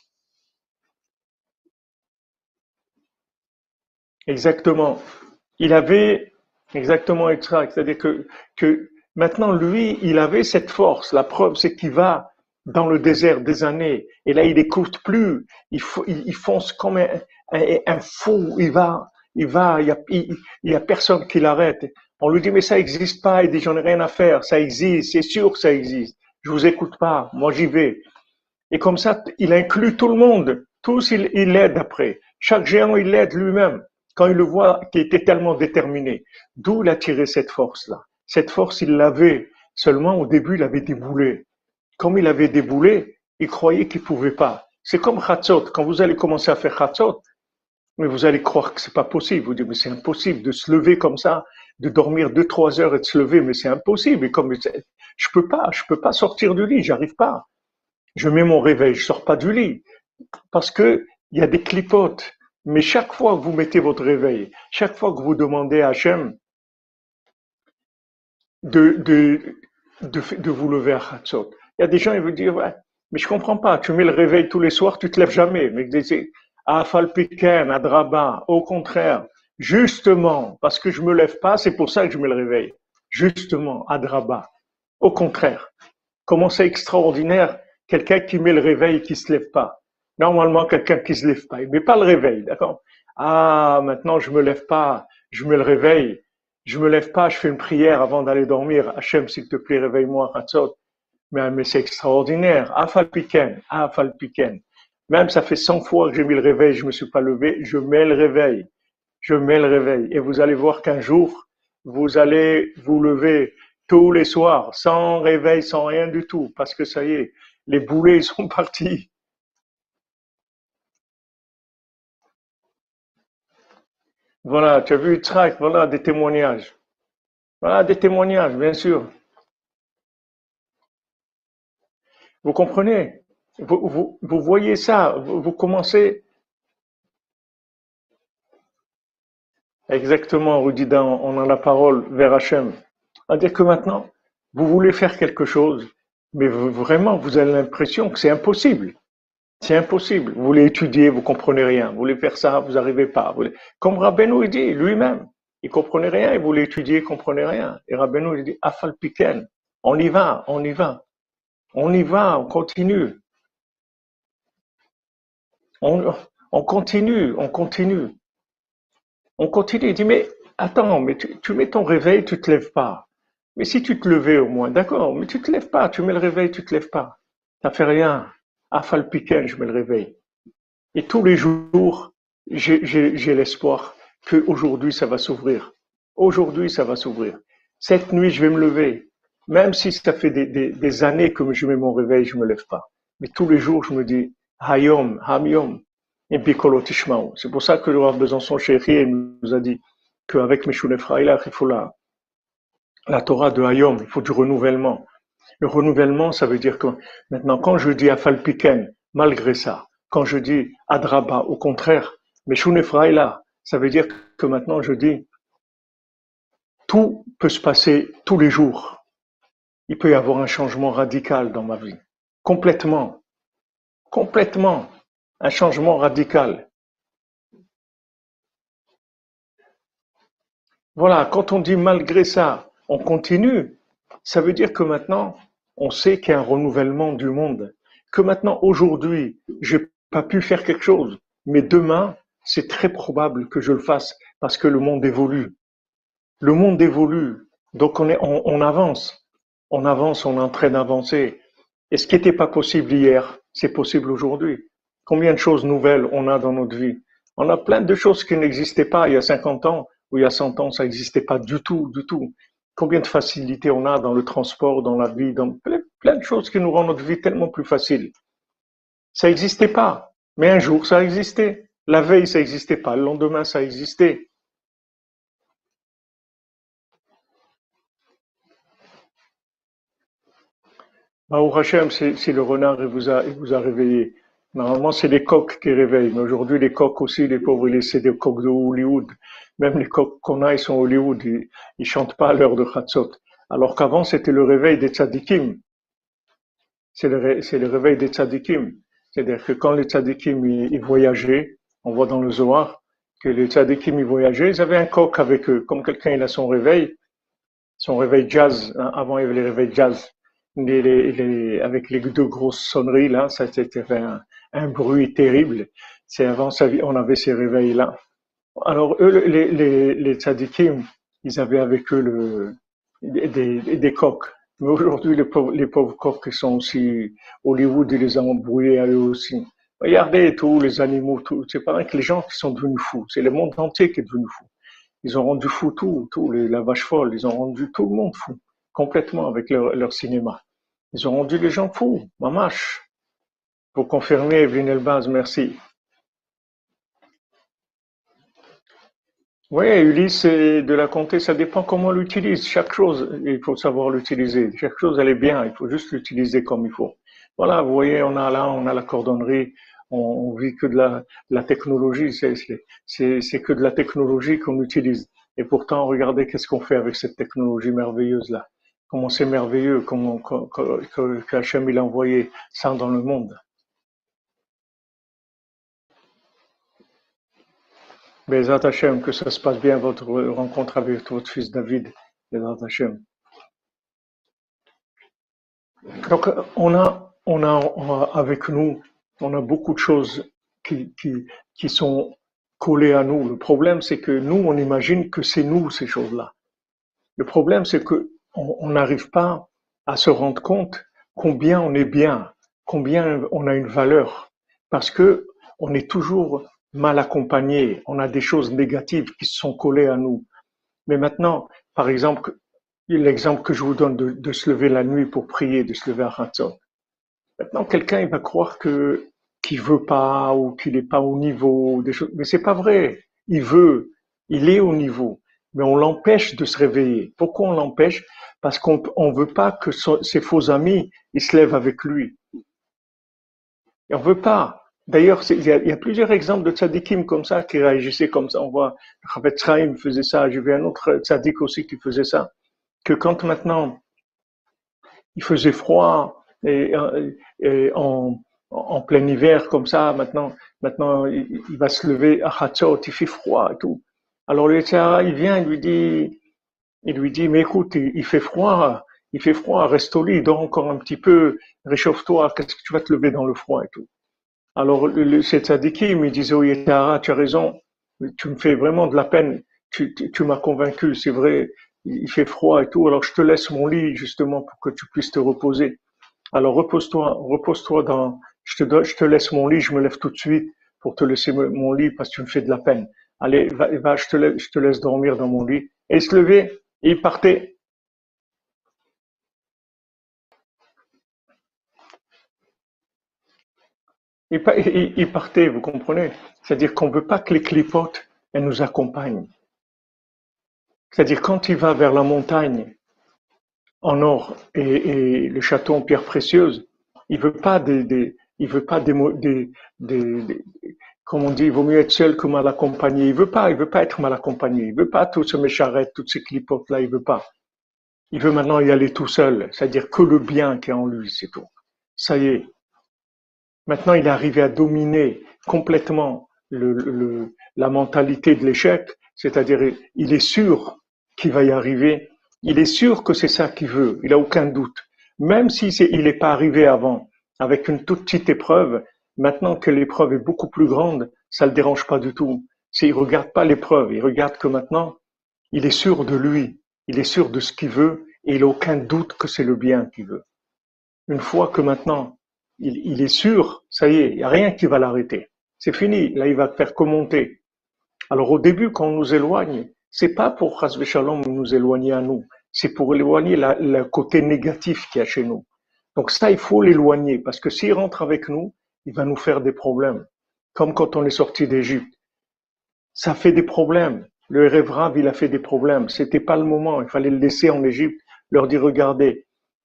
S1: Exactement. Il avait exactement exact. C'est-à-dire que, que maintenant, lui, il avait cette force. La preuve, c'est qu'il va dans le désert des années. Et là, il n'écoute plus. Il, fo- il, il fonce comme un, un, un fou. Il va, il va, il y a, il, il y a personne qui l'arrête. On lui dit, mais ça n'existe pas. Il dit, j'en ai rien à faire. Ça existe. C'est sûr que ça existe. Je vous écoute pas. Moi, j'y vais. Et comme ça, il inclut tout le monde. Tous, il, il l'aide après. Chaque géant, il l'aide lui-même. Quand il le voit qui était tellement déterminé. D'où il a tiré cette force-là. Cette force, il l'avait. Seulement, au début, il avait des boulets. Comme il avait des boulets, il croyait qu'il pouvait pas. C'est comme Khatzot. Quand vous allez commencer à faire Khatzot, mais vous allez croire que c'est pas possible. Vous dites, mais c'est impossible de se lever comme ça, de dormir deux, trois heures et de se lever, mais c'est impossible. Et comme je peux pas, je peux pas sortir du lit, j'arrive pas. Je mets mon réveil, je sors pas du lit parce que il y a des clipotes. Mais chaque fois que vous mettez votre réveil, chaque fois que vous demandez à Hachem de, de, de, de vous lever à Hatzot, il y a des gens, ils vous disent, ouais, mais je comprends pas, tu mets le réveil tous les soirs, tu te lèves jamais. Mais c'est à Falpiken, à Draba, au contraire, justement, parce que je me lève pas, c'est pour ça que je mets le réveil. Justement, à Draba. Au contraire. Comment c'est extraordinaire, quelqu'un qui met le réveil et qui se lève pas. Normalement, quelqu'un qui se lève pas, il met pas le réveil, d'accord? Ah, maintenant, je me lève pas, je mets le réveil. Je me lève pas, je fais une prière avant d'aller dormir. Hachem, s'il te plaît, réveille-moi, Hatzot. Mais, mais c'est extraordinaire. Afalpiken, Afalpiken. Même ça fait cent fois que j'ai mis le réveil, je me suis pas levé, je mets le réveil. Je mets le réveil. Et vous allez voir qu'un jour, vous allez vous lever tous les soirs, sans réveil, sans rien du tout, parce que ça y est, les boulets ils sont partis. Voilà, tu as vu Yitzhak, voilà des témoignages. Voilà des témoignages, bien sûr. Vous comprenez? Vous, vous, vous voyez ça, vous, vous commencez exactement, Rudida, on a la parole vers Hachem. C'est-à-dire que maintenant, vous voulez faire quelque chose, mais vous- vraiment, vous avez l'impression que c'est impossible. C'est impossible. Vous voulez étudier, vous comprenez rien. Vous voulez faire ça, vous n'arrivez pas. Vous voulez- Comme Rabbeinu, il dit lui-même, il comprenait rien, il voulait étudier, il comprenait rien. Et Rabbeinu, il dit, Afal Piken, on y va, on y va, on y va, on continue, on, on continue, on continue, on continue. Il dit, mais attends, mais tu, tu mets ton réveil, tu te lèves pas. Mais si tu te levais au moins, d'accord, mais tu te lèves pas, tu mets le réveil, tu te lèves pas. Ça fait rien. Afal Piken, je mets le réveil. Et tous les jours, j'ai j'ai- j'ai l'espoir qu'aujourd'hui, ça va s'ouvrir. Aujourd'hui, ça va s'ouvrir. Cette nuit, je vais me lever. Même si ça fait des, des, des années que je mets mon réveil, je me lève pas. Mais tous les jours, je me dis, Hayom, Hamyom, et Bikolo Tishmao. C'est pour ça que le Rav Besançon Chéri nous a dit qu'avec Meshulem Fraïla, il faut la, la Torah de Hayom, il faut du renouvellement. Le renouvellement, ça veut dire que maintenant, quand je dis Afalpiken, malgré ça, quand je dis Adraba, au contraire, mais Shunefraïla, ça veut dire que maintenant je dis tout peut se passer tous les jours. Il peut y avoir un changement radical dans ma vie. Complètement. Complètement. Un changement radical. Voilà, quand on dit malgré ça, on continue, ça veut dire que maintenant, on sait qu'il y a un renouvellement du monde. Que maintenant, aujourd'hui, j'ai pas pu faire quelque chose, mais demain, c'est très probable que je le fasse parce que le monde évolue. Le monde évolue, donc on est, on, on avance. On avance, on est en train d'avancer. Et ce qui n'était pas possible hier, c'est possible aujourd'hui. Combien de choses nouvelles on a dans notre vie? On a plein de choses qui n'existaient pas il y a cinquante ans ou il y a cent ans, ça n'existait pas du tout, du tout. Combien de facilités on a dans le transport, dans la vie, dans plein, plein de choses qui nous rendent notre vie tellement plus facile. Ça n'existait pas, mais un jour ça existait. La veille ça n'existait pas, le lendemain ça existait. Baruch Hashem, c'est c'est le renard qui vous a, il vous a réveillé. Normalement, c'est les coqs qui réveillent, mais aujourd'hui, les coqs aussi, les pauvres, ils- c'est des coqs de Hollywood. Même les coqs qu'on a, ils sont Hollywood, ils, ils chantent pas à l'heure de Chatzot. Alors qu'avant, c'était le réveil des tzadikim. C'est le, ré- c'est le réveil des tzadikim. C'est-à-dire que quand les tzadikim, ils, ils voyageaient, on voit dans le Zohar, que les tzadikim, ils voyageaient, ils avaient un coq avec eux. Comme quelqu'un, il a son réveil, son réveil jazz, hein, avant il y avait les réveils jazz, les, les, les- avec les deux grosses sonneries là, ça c'était un, un bruit terrible. C'est avant ça, on avait ces réveils là. Alors eux, les, les, les tzadikim, ils avaient avec eux le, des, des, des coqs. Mais aujourd'hui, les pauvres, les pauvres coqs qui sont aussi Hollywood, ils les ont embrouillés à eux aussi. Regardez tous les animaux, tout. C'est pas que les gens qui sont devenus fous, c'est le monde entier qui est devenu fou. Ils ont rendu fou tout, tout, les, la vache folle, ils ont rendu tout le monde fou, complètement avec leur, leur cinéma. Ils ont rendu les gens fous, mamache. Pour confirmer, Evelyne Elbaz, merci. Oui, Ulysse et de la comté, ça dépend comment on l'utilise. Chaque chose, il faut savoir l'utiliser. Chaque chose, elle est bien, il faut juste l'utiliser comme il faut. Voilà, vous voyez, on a là, on a la cordonnerie, on, on vit que de la, de la technologie, c'est, c'est, c'est c'est que de la technologie qu'on utilise. Et pourtant, regardez qu'est-ce qu'on fait avec cette technologie merveilleuse-là. Comment c'est merveilleux, comment, que, que, que, qu'Hachem il a envoyé ça dans le monde. Bezat Hachem, que ça se passe bien votre rencontre avec votre fils David. Bezat Hachem. Donc, on a, on a, on a avec nous, on a beaucoup de choses qui, qui, qui sont collées à nous. Le problème, c'est que nous, on imagine que c'est nous, ces choses-là. Le problème, c'est que on on n'arrive pas à se rendre compte combien on est bien, combien on a une valeur, parce que on est toujours mal accompagné. On a des choses négatives qui se sont collées à nous. Mais maintenant, par exemple, l'exemple que je vous donne de, de se lever la nuit pour prier, de se lever à Hatzot. Maintenant, quelqu'un il va croire que qu'il veut pas ou qu'il n'est pas au niveau des choses, mais c'est pas vrai. Il veut, il est au niveau, mais on l'empêche de se réveiller. Pourquoi on l'empêche? Parce qu'on on veut pas que son- ses faux amis ils se lèvent avec lui. Et on veut pas. D'ailleurs, c'est- il y, a, il y a plusieurs exemples de tzadikim comme ça qui réagissaient comme ça. On voit, Rabbi Tzraïm faisait ça. J'ai vu un autre tzadik aussi qui faisait ça. Que quand maintenant il faisait froid et, euh, et en, en plein hiver comme ça. Maintenant, maintenant il, il va se lever à Hatzot, il fait froid et tout. Alors le Yetzirah, il vient, il lui dit, il lui dit, mais écoute, il, il fait froid, il fait froid, reste au lit, dors encore un petit peu, réchauffe-toi, qu'est-ce que tu vas te lever dans le froid et tout. Alors le, le cet tzadikim, il disait au Yetzirah, tu as raison, tu me fais vraiment de la peine, tu, tu, tu m'as convaincu, c'est vrai, il fait froid et tout, alors je te laisse mon lit justement pour que tu puisses te reposer. Alors repose-toi, repose-toi dans, je te donne, je te laisse mon lit, je me lève tout de suite pour te laisser mon lit parce que tu me fais de la peine. Allez, va, va, je te laisse, je te laisse dormir dans mon lit. Et il se levait, et il partait. Il, il, il partait, vous comprenez? C'est-à-dire qu'on veut pas que les clipotes, elles nous accompagnent. C'est-à-dire quand il va vers la montagne en or et, et le château en pierre précieuse, il veut pas des, des il veut pas des, des, des, des comme on dit, il vaut mieux être seul que mal accompagné. Il veut pas, il veut pas être mal accompagné. Il veut pas tout ce mécharette, toutes ces clipotes là, il veut pas. Il veut maintenant y aller tout seul, c'est-à-dire que le bien qui est en lui, c'est tout. Ça y est. Maintenant, il est arrivé à dominer complètement le, le, la mentalité de l'échec, c'est-à-dire il est sûr qu'il va y arriver, il est sûr que c'est ça qu'il veut, il a aucun doute. Même si c'est, il n'est pas arrivé avant, avec une toute petite épreuve, maintenant que l'épreuve est beaucoup plus grande, ça le dérange pas du tout. C'est, il regarde pas l'épreuve, il regarde que maintenant, il est sûr de lui, il est sûr de ce qu'il veut et il a aucun doute que c'est le bien qu'il veut. Une fois que maintenant il, il est sûr, ça y est, il n'y a rien qui va l'arrêter. C'est fini, là il va faire que monter. Alors au début, quand on nous éloigne, c'est pas pour Chas Shalom nous éloigner à nous, c'est pour éloigner la, le côté négatif qu'il y a chez nous. Donc ça, il faut l'éloigner, parce que s'il rentre avec nous, il va nous faire des problèmes. Comme quand on est sorti d'Égypte. Ça fait des problèmes. Le Erev Rav, il a fait des problèmes. C'était pas le moment. Il fallait le laisser en Égypte, leur dire, regardez,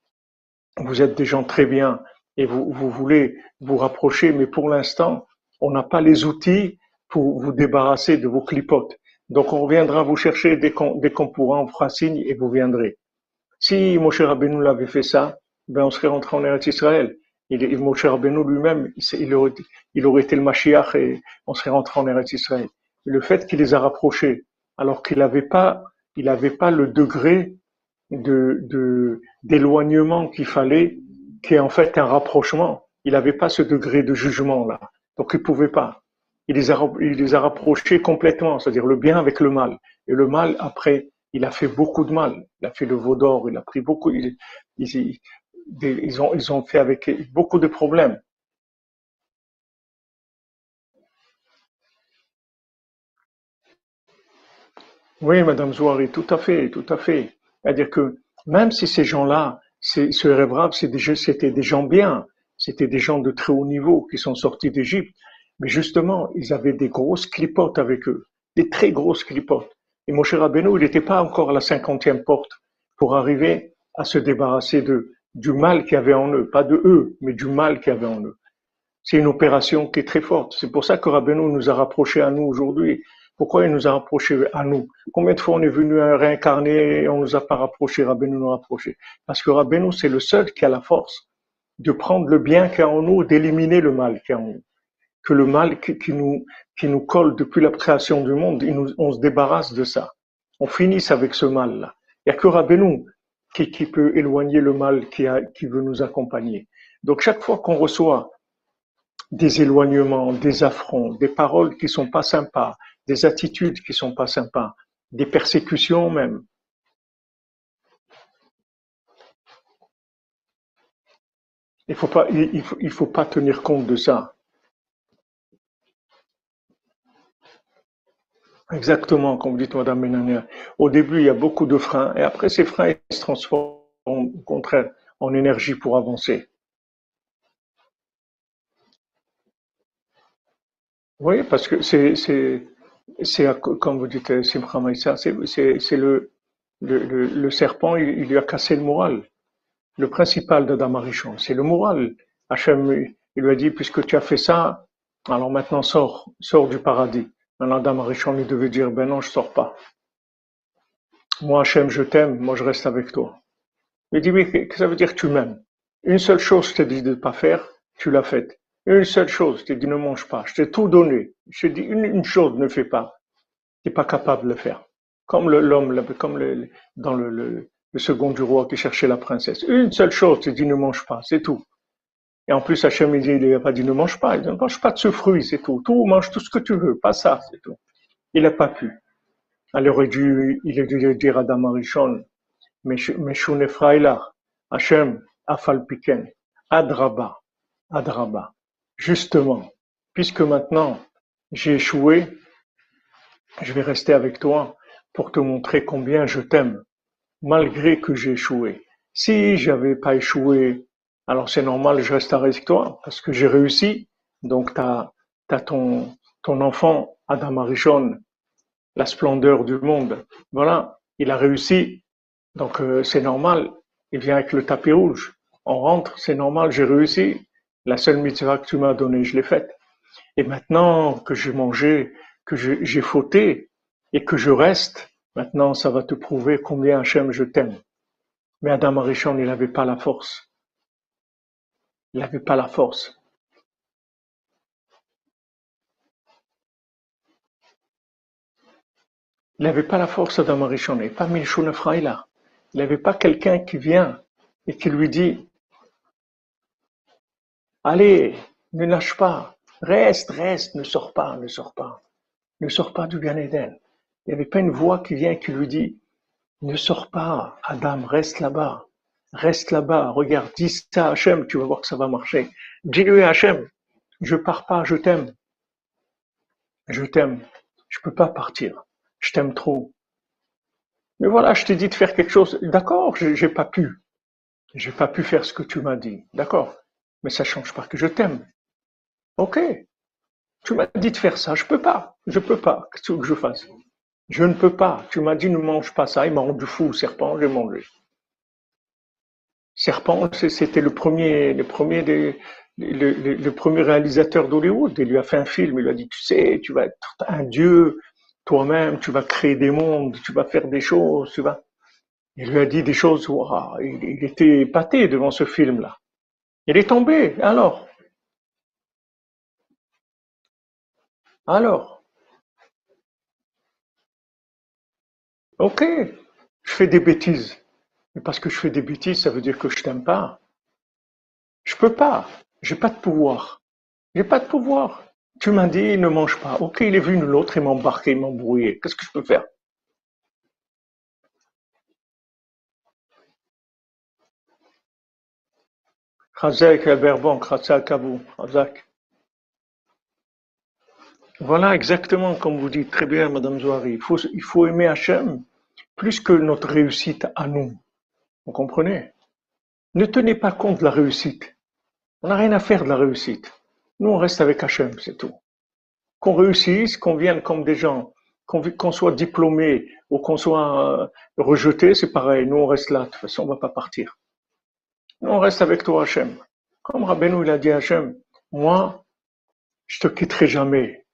S1: vous êtes des gens très bien et vous, vous voulez vous rapprocher, mais pour l'instant, on n'a pas les outils pour vous débarrasser de vos clipotes. Donc on reviendra vous chercher dès qu'on, dès qu'on pourra, on fera signe et vous viendrez. Si Moshe Rabbeinu l'avait fait ça, ben on serait rentré en Eretz Israël. Il, il, Moshe Rabbeinu lui-même, il, il, aurait, il aurait été le Mashiach et on serait rentré en Eretz Israël. Le fait qu'il les a rapprochés, alors qu'il n'avait pas, il n'avait pas le degré de, de, d'éloignement qu'il fallait, qui est en fait un rapprochement. Il n'avait pas ce degré de jugement-là. Donc il pouvait pas. Il les a, il les a rapprochés complètement, c'est-à-dire le bien avec le mal. Et le mal, après, il a fait beaucoup de mal. Il a fait le veau d'or, il a pris beaucoup, ils, ils, ils, ont, ils ont fait avec beaucoup de problèmes. Oui, Madame Zouari, tout à fait, tout à fait. C'est-à-dire que même si ces gens-là, c'est, ce Rêve c'est des, c'était des gens bien, c'était des gens de très haut niveau qui sont sortis d'Égypte, mais justement, ils avaient des grosses clipotes avec eux, des très grosses clipotes. Et Moshe Rabbeinu, il n'était pas encore à la cinquantième porte pour arriver à se débarrasser de, du mal qu'il y avait en eux. Pas de eux, mais du mal qu'il y avait en eux. C'est une opération qui est très forte. C'est pour ça que Rabbeinu nous a rapprochés à nous aujourd'hui. Pourquoi il nous a rapprochés à nous? Combien de fois on est venu réincarner et on nous a pas rapprochés, Rabbeinu nous a rapprochés? Parce que Rabbeinu, c'est le seul qui a la force de prendre le bien qu'il y a en nous, d'éliminer le mal qu'il y a en nous. Que le mal qui, qui nous, qui nous colle depuis la création du monde, il nous, on se débarrasse de ça. On finisse avec ce mal-là. Il n'y a que Rabbeinu qui, qui peut éloigner le mal qui, a, qui veut nous accompagner. Donc chaque fois qu'on reçoit des éloignements, des affronts, des paroles qui sont pas sympas, des attitudes qui sont pas sympas, des persécutions même, il faut pas, il, il faut, il faut pas tenir compte de ça. Exactement, comme dit Madame Ménanière. Au début, il y a beaucoup de freins, et après, ces freins ils se transforment au contraire en énergie pour avancer. Oui, parce que c'est, c'est, c'est, à co- comme vous dites, euh, Simcha Maïssa, c'est, c'est, c'est le, le, le, le serpent, il, il lui a cassé le moral. Le principal d'Adam Arishon, c'est le moral. Hachem, il lui a dit, puisque tu as fait ça, alors maintenant sors, sors du paradis. Alors Adam Arishon, il devait dire, ben non, je sors pas. Moi, Hachem, je t'aime, moi je reste avec toi. Il dit, oui, qu'est-ce que ça veut dire que tu m'aimes? Une seule chose, je t'ai dit de ne pas faire, tu l'as faite. Une seule chose, je t'ai dit ne mange pas. Je t'ai tout donné. Je t'ai dit une, une chose, ne fais pas. Tu n'es pas capable de le faire. Comme le- l'homme, le- comme le, dans le, le, le second du roi qui cherchait la princesse. Une seule chose, je t'ai dit ne mange pas, c'est tout. Et en plus, Hachem, il dit, il n'a pas dit ne mange pas. Il dit ne mange pas de ce fruit, c'est tout. Tout, mange tout ce que tu veux, pas ça, c'est tout. Il n'a pas pu. Alors, il aurait dû, il aurait dû dire à Adam Arishon, Meshune Efraïla, Hachem, Afal Piken, Adraba, Adraba. Justement, puisque maintenant j'ai échoué, je vais rester avec toi pour te montrer combien je t'aime, malgré que j'ai échoué. Si j'avais pas échoué, alors c'est normal, je reste avec toi, parce que j'ai réussi. Donc t'as, t'as ton, ton enfant, Adam Arishon, la splendeur du monde. Voilà, il a réussi. Donc euh, c'est normal, il vient avec le tapis rouge. On rentre, c'est normal, j'ai réussi. La seule mitzvah que tu m'as donnée, je l'ai faite. Et maintenant que j'ai mangé, que j'ai j'ai fauté et que je reste, maintenant ça va te prouver combien Hachem je t'aime. Mais Adam Arishon, il n'avait pas la force. Il n'avait pas la force. Il n'avait pas la force, Adam Arishon. Et pas Milchon Efraïla. Il n'avait pas quelqu'un qui vient et qui lui dit, allez, ne lâche pas, reste, reste, ne sors pas, ne sors pas, ne sors pas du Gan Eden. Il n'y avait pas une voix qui vient et qui lui dit, ne sors pas, Adam, reste là-bas, reste là-bas, regarde, dis ça à Hachem, tu vas voir que ça va marcher. Dis-lui à Hachem, je pars pas, je t'aime, je t'aime, je peux pas partir, je t'aime trop. Mais voilà, je t'ai dit de faire quelque chose, d'accord, j'ai j'ai pas pu, j'ai pas pu faire ce que tu m'as dit, d'accord, mais ça change pas que je t'aime. Ok, tu m'as dit de faire ça, je peux pas, je peux pas, qu'est-ce que tu veux que je fasse? Je ne peux pas, tu m'as dit ne mange pas ça, il m'a rendu fou, serpent, j'ai mangé. Serpent, c'était le premier, le premier des, le, le- le premier réalisateur d'Hollywood. Il lui a fait un film. Il lui a dit, tu sais, tu vas être un dieu toi-même, tu vas créer des mondes, tu vas faire des choses, tu vas. Il lui a dit des choses. Ouah, il, il était épaté devant ce film-là. Il est tombé. Alors, alors, ok, je fais des bêtises. Mais parce que je fais des bêtises, ça veut dire que je t'aime pas. Je peux pas. J'ai pas de pouvoir. J'ai pas de pouvoir. Tu m'as dit, ne mange pas. Ok, il est venu l'autre, il m'a embarqué, il m'a embrouillé. Qu'est-ce que je peux faire? Chazak, Herbon, Chazak, Abou, Chazak. Voilà exactement comme vous dites très bien, Madame Zouari. Il faut, il faut aimer Hachem plus que notre réussite à nous. Vous comprenez? Ne tenez pas compte de la réussite. On n'a rien à faire de la réussite. Nous, on reste avec Hachem, c'est tout. Qu'on réussisse, qu'on vienne comme des gens Qu'on, qu'on soit diplômé ou qu'on soit euh, rejeté, c'est pareil. Nous, on reste là. De toute façon, on va pas partir. Nous, on reste avec toi, Hachem. Comme Rabbeinu, il a dit à Hachem, moi, je te quitterai jamais.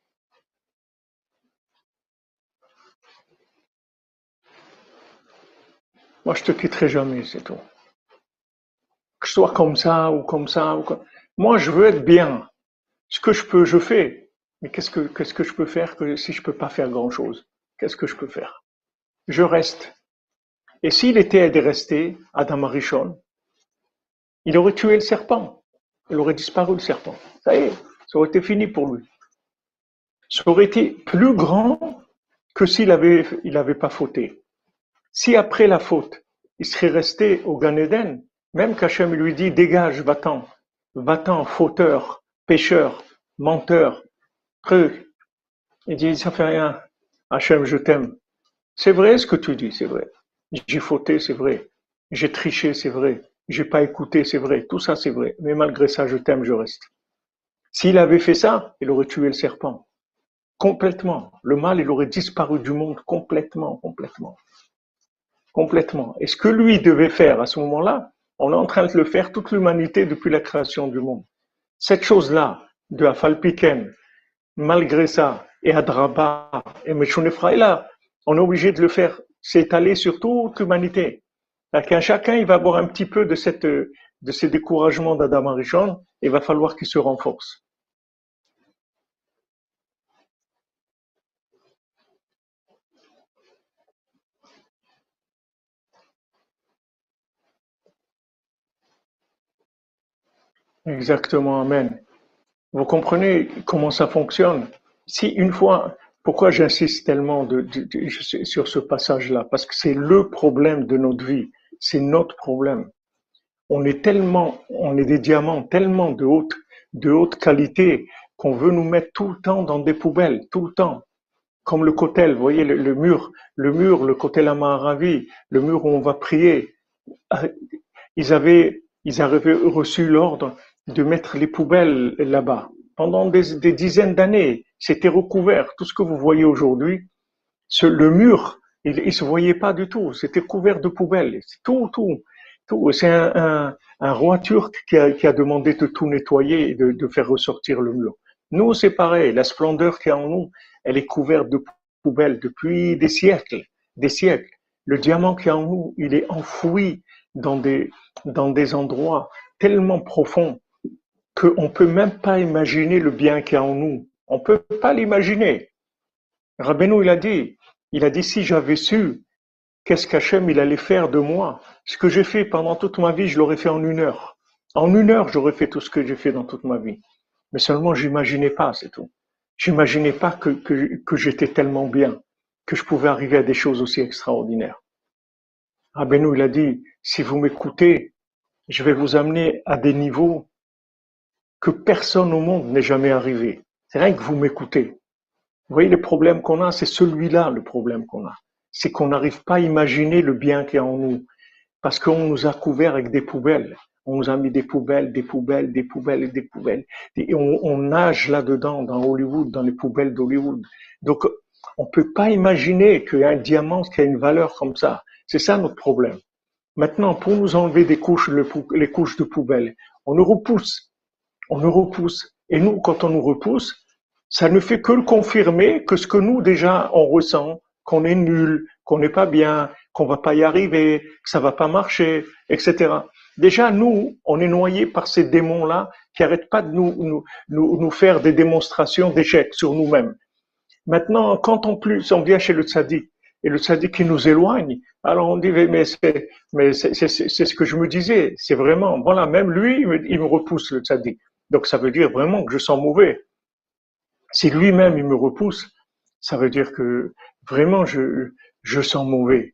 S1: Moi, je te quitterai jamais, c'est tout. Que je sois comme ça ou comme ça. Ou comme... Moi, je veux être bien. Ce que je peux, je fais. Mais qu'est-ce que, qu'est-ce que je peux faire que si je peux pas faire grand-chose? Qu'est-ce que je peux faire? Je reste. Et s'il était resté, Adam Arishon, il aurait tué le serpent. Il aurait disparu, le serpent. Ça y est, ça aurait été fini pour lui. Ça aurait été plus grand que s'il avait, il avait pas fauté. Si après la faute, il serait resté au Gan Eden, même qu'Hachem lui dit, dégage, va-t'en, va-t'en, fauteur, pécheur, menteur, truc. Il dit, ça fait rien. Hachem, je t'aime. C'est vrai ce que tu dis, c'est vrai. J'ai fauté, c'est vrai. J'ai triché, c'est vrai. J'ai pas écouté, c'est vrai. Tout ça, c'est vrai. Mais malgré ça, je t'aime, je reste. S'il avait fait ça, il aurait tué le serpent. Complètement. Le mal, il aurait disparu du monde complètement, complètement. Complètement. Et ce que lui devait faire à ce moment-là, on est en train de le faire toute l'humanité depuis la création du monde. Cette chose-là, de Afalpiken, malgré ça, et Adraba, et Meshonefraïla, on est obligé de le faire s'étaler sur toute l'humanité. Qu'un chacun, il va avoir un petit peu de cette, de ces découragements d'Adam Arishon, et il va falloir qu'il se renforce. Exactement, amen. Vous comprenez comment ça fonctionne? Si une fois, pourquoi j'insiste tellement de, de, de, sur ce passage-là? Parce que c'est le problème de notre vie. C'est notre problème. On est tellement, on est des diamants tellement de haute, de haute qualité qu'on veut nous mettre tout le temps dans des poubelles, tout le temps. Comme le kotel, vous voyez le, le mur, le mur, le kotel Amaharavi, le mur où on va prier. Ils avaient, ils avaient reçu l'ordre de mettre les poubelles là-bas. Pendant des, des dizaines d'années, c'était recouvert. Tout ce que vous voyez aujourd'hui, ce, le mur, il ne se voyait pas du tout. C'était couvert de poubelles. Tout, tout, tout. C'est un, un, un roi turc qui a, qui a demandé de tout nettoyer et de, de faire ressortir le mur. Nous, c'est pareil. La splendeur qu'il y a en nous, elle est couverte de poubelles depuis des siècles, des siècles. Le diamant qu'il y a en nous, il est enfoui dans des, dans des endroits tellement profonds qu'on ne peut même pas imaginer le bien qu'il y a en nous. On ne peut pas l'imaginer. Rabbeinu, il a dit, il a dit, si j'avais su qu'est-ce qu'Hachem il allait faire de moi, ce que j'ai fait pendant toute ma vie, je l'aurais fait en une heure. En une heure, j'aurais fait tout ce que j'ai fait dans toute ma vie. Mais seulement, j'imaginais pas, c'est tout. J'imaginais pas que, que, que j'étais tellement bien, que je pouvais arriver à des choses aussi extraordinaires. Rabbeinu, il a dit, si vous m'écoutez, je vais vous amener à des niveaux que personne au monde n'est jamais arrivé. C'est rien que vous m'écoutez. Vous voyez, le problème qu'on a, c'est celui-là, le problème qu'on a. C'est qu'on n'arrive pas à imaginer le bien qu'il y a en nous. Parce qu'on nous a couverts avec des poubelles. On nous a mis des poubelles, des poubelles, des poubelles et des poubelles. Et on, on nage là-dedans, dans Hollywood, dans les poubelles d'Hollywood. Donc, on ne peut pas imaginer qu'il y a un diamant qui a une valeur comme ça. C'est ça notre problème. Maintenant, pour nous enlever des couches, les couches de poubelle, on nous repousse. On nous repousse. Et nous, quand on nous repousse, ça ne fait que le confirmer que ce que nous, déjà, on ressent, qu'on est nul, qu'on n'est pas bien, qu'on va pas y arriver, que ça va pas marcher, et cetera. Déjà, nous, on est noyés par ces démons-là qui arrêtent pas de nous, nous, nous, nous faire des démonstrations d'échecs sur nous-mêmes. Maintenant, quand en plus on vient chez le tzaddik, et le tzaddik qui nous éloigne, alors on dit, mais c'est, mais c'est, c'est, c'est ce que je me disais, c'est vraiment, voilà, même lui, il me, il me repousse le tzaddik. Donc ça veut dire vraiment que je sens mauvais. Si lui-même il me repousse, ça veut dire que vraiment je, je sens mauvais.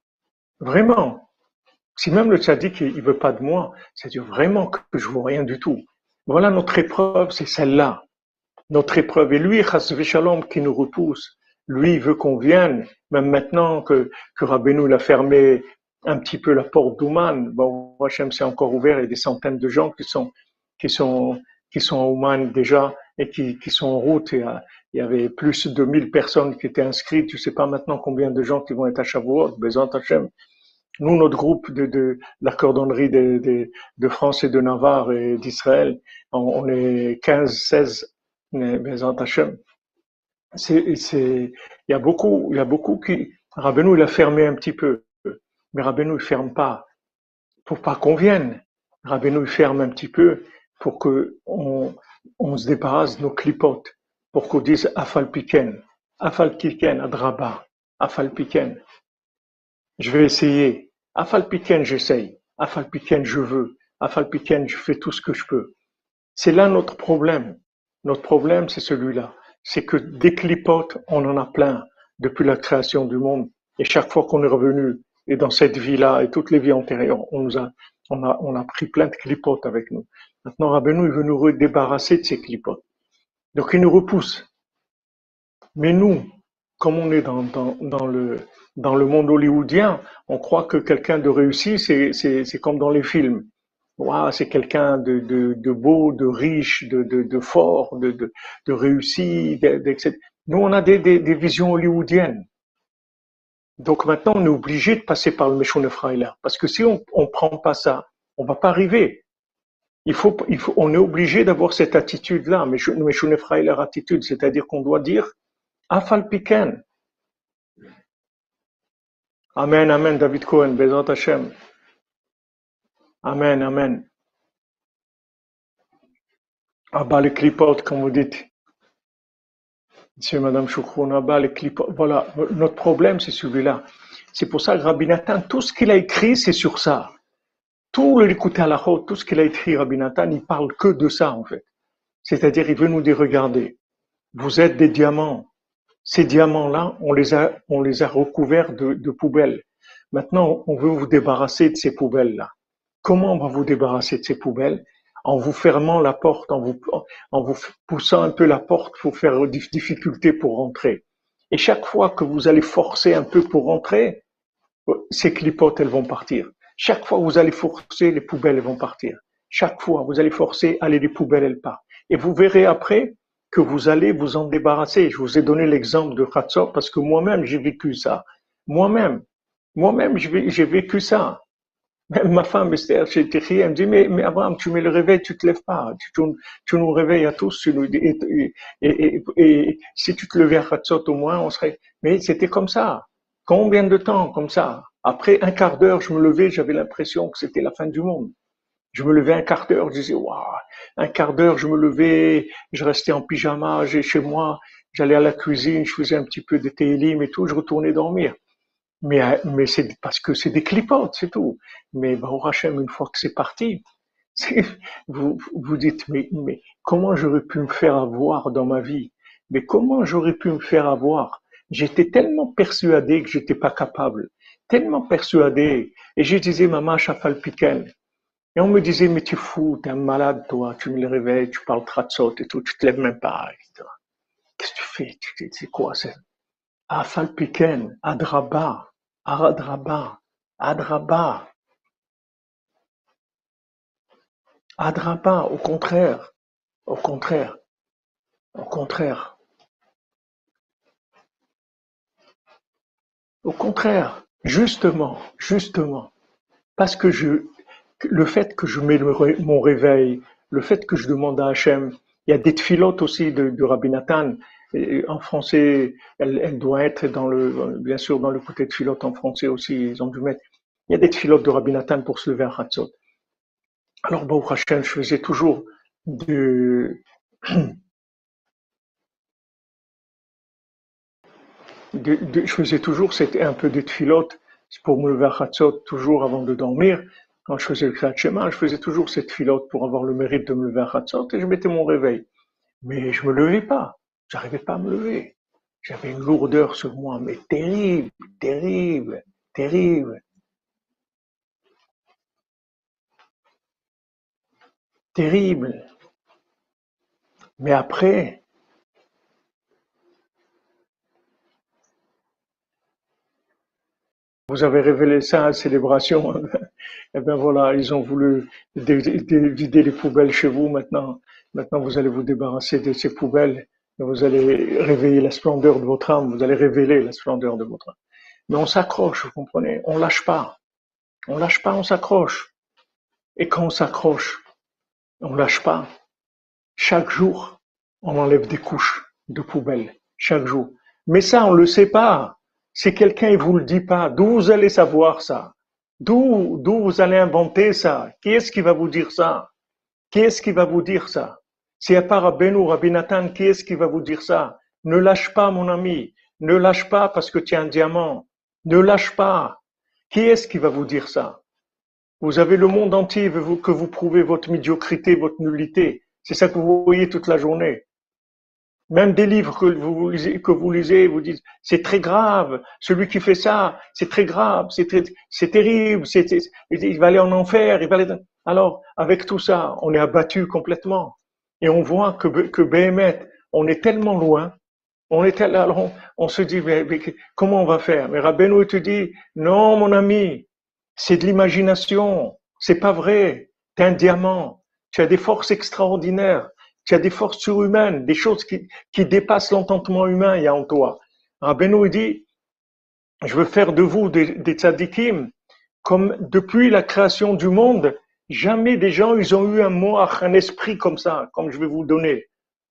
S1: Vraiment. Si même le tzaddik il veut pas de moi, c'est-à-dire vraiment que je vois rien du tout. Voilà notre épreuve, c'est celle-là. Notre épreuve. Et lui, chas v'shalom, qui nous repousse, lui il veut qu'on vienne, même maintenant que, que Rabbeinu il a fermé un petit peu la porte d'Ouman. Bon, Hachem s'est encore ouvert, il y a des centaines de gens qui sont, qui sont, qui sont à Ouman déjà et qui, qui sont en route. Il y, a- il y avait plus de mille personnes qui étaient inscrites. Je ne sais pas maintenant combien de gens qui vont être à Shavuot, Bezrat Hashem. Nous, notre groupe de, de la cordonnerie de, de, de France et de Navarre et d'Israël, on, on est quinze, seize, mais Bezrat Hashem. C'est, c'est, il y a beaucoup, il y a beaucoup qui, Rabbeinu, il a fermé un petit peu. Mais Rabbeinu, il ferme pas pour pas qu'on vienne. Rabbeinu, il ferme un petit peu pour que on, on se débarrasse de nos clipotes, pour qu'on dise Afal Piken, Afal Piken, Adraba, Afal Piken. Je vais essayer. Afal Piken, j'essaye. Afal Piken, je veux. Afal Piken, je fais tout ce que je peux. C'est là notre problème. Notre problème, c'est celui-là. C'est que des clipotes, on en a plein depuis la création du monde. Et chaque fois qu'on est revenu, et dans cette vie-là, et toutes les vies antérieures, on nous a, on a, on a pris plein de clipotes avec nous. Maintenant, Rabbeinu, il veut nous débarrasser de ces clipotes. Donc, il nous repousse. Mais nous, comme on est dans, dans, dans le, dans le monde hollywoodien, on croit que quelqu'un de réussi, c'est, c'est, c'est comme dans les films. Waouh, c'est quelqu'un de, de, de beau, de riche, de, de, de fort, de, de, de réussi, de- de- et cetera. Nous, on a des, des, des visions hollywoodiennes. Donc maintenant, on est obligé de passer par le Meshone Freiler. Parce que si on ne prend pas ça, on va pas arriver. Il faut, il faut, on est obligé d'avoir cette attitude-là, Meshone Freiler attitude, c'est-à-dire qu'on doit dire Afal Piken. Amen, amen, David Cohen, Bezrat Hashem. Amen, amen. Ah bah les clipotes, comme vous dites. Monsieur et Madame Choucroune, ah bah les clipotes. Voilà, notre problème, c'est celui-là. C'est pour ça que Rabbi Nathan, tout ce qu'il a écrit, c'est sur ça. Tout le Likutei Halachot, tout ce qu'il a écrit, Rabbi Nathan, il parle que de ça, en fait. C'est-à-dire, il veut nous dire, regardez, vous êtes des diamants. Ces diamants-là, on les a, on les a recouverts de, de poubelles. Maintenant, on veut vous débarrasser de ces poubelles-là. Comment on va vous débarrasser de ces poubelles? En vous fermant la porte, en vous, en vous poussant un peu la porte pour faire des difficultés pour rentrer. Et chaque fois que vous allez forcer un peu pour rentrer, ces clipotes, elles vont partir. Chaque fois que vous allez forcer, les poubelles, elles vont partir. Chaque fois, vous allez forcer, allez, les poubelles, elles partent. Et vous verrez après que vous allez vous en débarrasser. Je vous ai donné l'exemple de Khatsor parce que moi-même, j'ai vécu ça. Moi-même. Moi-même, j'ai vécu ça. Même ma femme, Esther, chez Techri, elle me dit, mais, mais Abraham, tu mets le réveil, tu te lèves pas. Tu, tu, tu nous réveilles à tous. Tu nous, et, et, et, et, et si tu te levais à Khatsot au moins, on serait, mais c'était comme ça. Combien de temps comme ça? Après un quart d'heure, je me levais, j'avais l'impression que c'était la fin du monde. Je me levais un quart d'heure, je disais, waouh, un quart d'heure, je me levais, je restais en pyjama, j'ai chez moi, j'allais à la cuisine, je faisais un petit peu de télim et tout, je retournais dormir. Mais, euh, mais c'est parce que c'est des clipotes, c'est tout. Mais Baruch Hashem, une fois que c'est parti, c'est- vous vous dites, mais, mais comment j'aurais pu me faire avoir dans ma vie? Mais comment j'aurais pu me faire avoir? J'étais tellement persuadé que j'étais pas capable, tellement persuadé. Et je disais, maman, chafal piken. Et on me disait, mais tu es fou, t'es un malade, toi, tu me le réveilles, tu parles tratsot et tout, tu te lèves même pas, et cetera. Qu'est-ce que tu fais? Tu- C'est quoi, ça? Afal piken, adraba, adraba, adraba, adraba, au contraire, au contraire, au contraire, au contraire, justement, justement, parce que je, le fait que je mets le ré- mon réveil, le fait que je demande à Hachem, il y a des tfilotes aussi de, de Rabbi Nathan. Et en français, elle, elle doit être dans le, bien sûr, dans le côté de tfilote en français aussi, ils ont dû mettre. Il y a des tfilotes de Rabbi Nathan pour se lever à Hatzot. Alors, Baruch Hashem, je faisais toujours de, de, de- je faisais toujours, c'était un peu des tfilotes pour me lever à Hatzot, toujours avant de dormir. Quand je faisais le Kriyat Shema, je faisais toujours cette filote pour avoir le mérite de me lever à Hatzot et je mettais mon réveil. Mais je me levais pas. J'arrivais pas à me lever. J'avais une lourdeur sur moi, mais terrible, terrible, terrible, terrible. Mais après, Vous avez révélé ça à la célébration. Eh bien voilà, ils ont voulu dé- dé- vider les poubelles chez vous maintenant. Maintenant, vous allez vous débarrasser de ces poubelles et vous allez réveiller la splendeur de votre âme. Vous allez révéler la splendeur de votre âme. Mais on s'accroche, vous comprenez? On lâche pas. On lâche pas, on s'accroche. Et quand on s'accroche, on lâche pas. Chaque jour, on enlève des couches de poubelles. Chaque jour. Mais ça, on le sait pas. Si quelqu'un ne vous le dit pas, d'où vous allez savoir ça? D'où, d'où vous allez inventer ça? Qui est-ce qui va vous dire ça? Qui est-ce qui va vous dire ça? Si à part Rabbeinu ou Rabbi Nathan, qui est-ce qui va vous dire ça? Ne lâche pas, mon ami. Ne lâche pas parce que tu es un diamant. Ne lâche pas. Qui est-ce qui va vous dire ça? Vous avez le monde entier que vous prouvez votre médiocrité, votre nullité. C'est ça que vous voyez toute la journée. Même des livres que vous lisez, que vous lisez, vous dites, c'est très grave, celui qui fait ça, c'est très grave, c'est très, c'est terrible, c'est, il va aller en enfer, il va aller... Alors, avec tout ça, on est abattu complètement. Et on voit que, que Béhémet, on est tellement loin, on est tel- alors on, on se dit, mais, mais comment on va faire? Mais Rabbeinu te dit, non, mon ami, c'est de l'imagination, c'est pas vrai. Tu es un diamant, tu as des forces extraordinaires, tu as des forces surhumaines, des choses qui, qui dépassent l'entendement humain, il y a en toi. Rabbeinu dit, je veux faire de vous des, des tzadikim, comme depuis la création du monde, jamais des gens, ils ont eu un moach, un esprit comme ça, comme je vais vous le donner.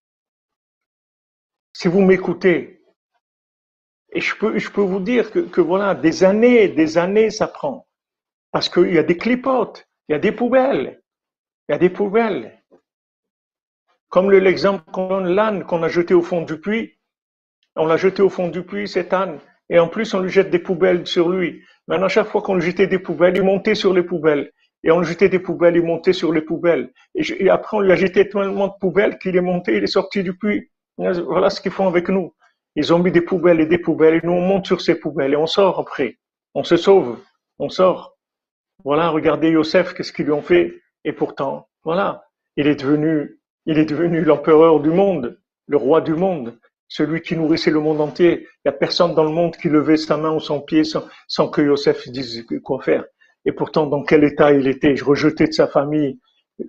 S1: Si vous m'écoutez, et je peux, je peux vous dire que, que voilà, des années, des années, ça prend. Parce qu'il y a des clipotes, il y a des poubelles, il y a des poubelles. Comme le- l'exemple qu'on donne, l'âne qu'on a jeté au fond du puits, on l'a jeté au fond du puits, cet âne, et en plus on lui jette des poubelles sur lui. Maintenant, chaque fois qu'on lui jetait des poubelles, il montait sur les poubelles. Et on lui jetait des poubelles, il montait sur les poubelles. Et, je- et après, on lui a jeté tellement de poubelles qu'il est monté, il est sorti du puits. Voilà ce qu'ils font avec nous. Ils ont mis des poubelles et des poubelles, et nous on monte sur ces poubelles, et on sort après. On se sauve, on sort. Voilà, regardez Yosef, qu'est-ce qu'ils lui ont fait. Et pourtant, voilà, il est devenu, il est devenu l'empereur du monde, le roi du monde, celui qui nourrissait le monde entier. Il n'y a personne dans le monde qui levait sa main ou son pied sans, sans que Yosef dise quoi faire. Et pourtant, dans quel état il était, rejeté de sa famille,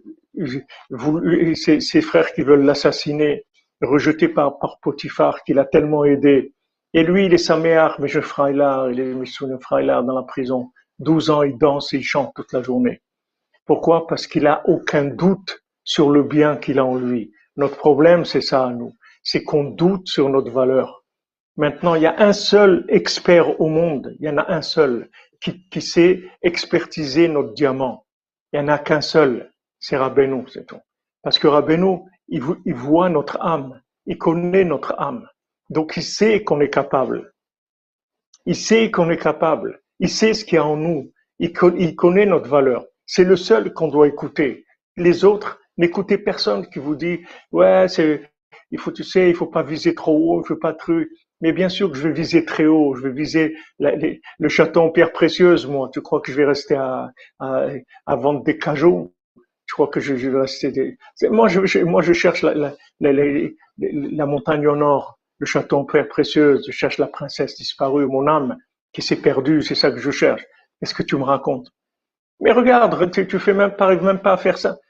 S1: ses, ses frères qui veulent l'assassiner, rejeté par, par Potiphar, qui l'a tellement aidé. Et lui, il est Saméar, mais je Freilar, il est Missoune Freilar dans la prison. douze ans, il danse et il chante toute la journée. Pourquoi? Parce qu'il a aucun doute sur le bien qu'il a en lui. Notre problème, c'est ça à nous. C'est qu'on doute sur notre valeur. Maintenant, il y a un seul expert au monde, il y en a un seul, qui, qui sait expertiser notre diamant. Il n'y en a qu'un seul, c'est Rabbeinu, c'est tout. Parce que Rabbeinu, il, il voit notre âme, il connaît notre âme. Donc il sait qu'on est capable. Il sait qu'on est capable. Il sait ce qu'il y a en nous. Il, il connaît notre valeur. C'est le seul qu'on doit écouter. Les autres, n'écoutez personne qui vous dit, ouais, c'est, il faut, tu sais, il faut pas viser trop haut, il faut pas truc. Mais bien sûr que je vais viser très haut. Je vais viser la, les, le château en pierre précieuse, moi. Tu crois que je vais rester à, à, à vendre des cajots? Je crois que je, je vais rester des, moi, je, je, moi, je cherche la, la, la, la, la montagne au nord, le château en pierre précieuse, je cherche la princesse disparue, mon âme qui s'est perdue, c'est ça que je cherche. Qu'est-ce que tu me racontes? Mais regarde, tu, tu fais même, t'arrives même pas à faire ça.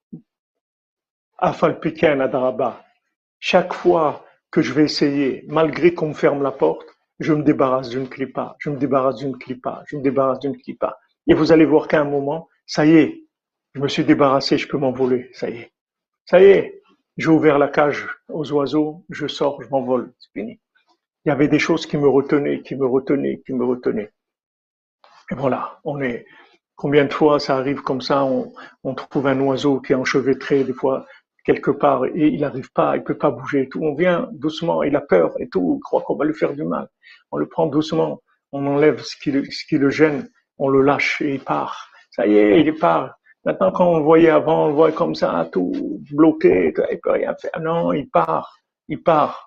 S1: Afal Piken à Daraba. Chaque fois que je vais essayer, malgré qu'on me ferme la porte, je me débarrasse d'une clipa, je me débarrasse d'une clipa, je me débarrasse d'une clipa. Et vous allez voir qu'à un moment, ça y est, je me suis débarrassé, je peux m'envoler, ça y est. Ça y est, j'ai ouvert la cage aux oiseaux, je sors, je m'envole, c'est fini. Il y avait des choses qui me retenaient, qui me retenaient, qui me retenaient. Et voilà, on est. Combien de fois ça arrive comme ça, on, on trouve un oiseau qui est enchevêtré des fois quelque part et il n'arrive pas, il peut pas bouger et tout. On vient doucement, il a peur et tout, il croit qu'on va lui faire du mal. On le prend doucement, on enlève ce qui, le, ce qui le gêne, on le lâche et il part. Ça y est, il part. Maintenant, quand on le voyait avant, on le voit comme ça, tout bloqué, il peut rien faire. Non, il part, il part.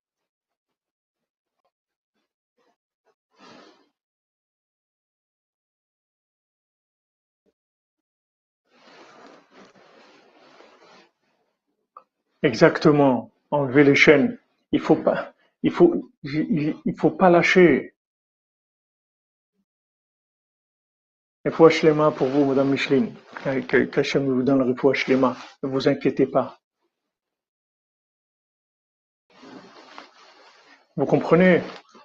S1: Exactement. Enlever les chaînes. Il faut pas, il faut, il, il faut pas lâcher. Refoua Shlema pour vous, Madame Micheline. Qu'Hachem vous donne le Refoua Shlema. Ne vous inquiétez pas. Vous comprenez?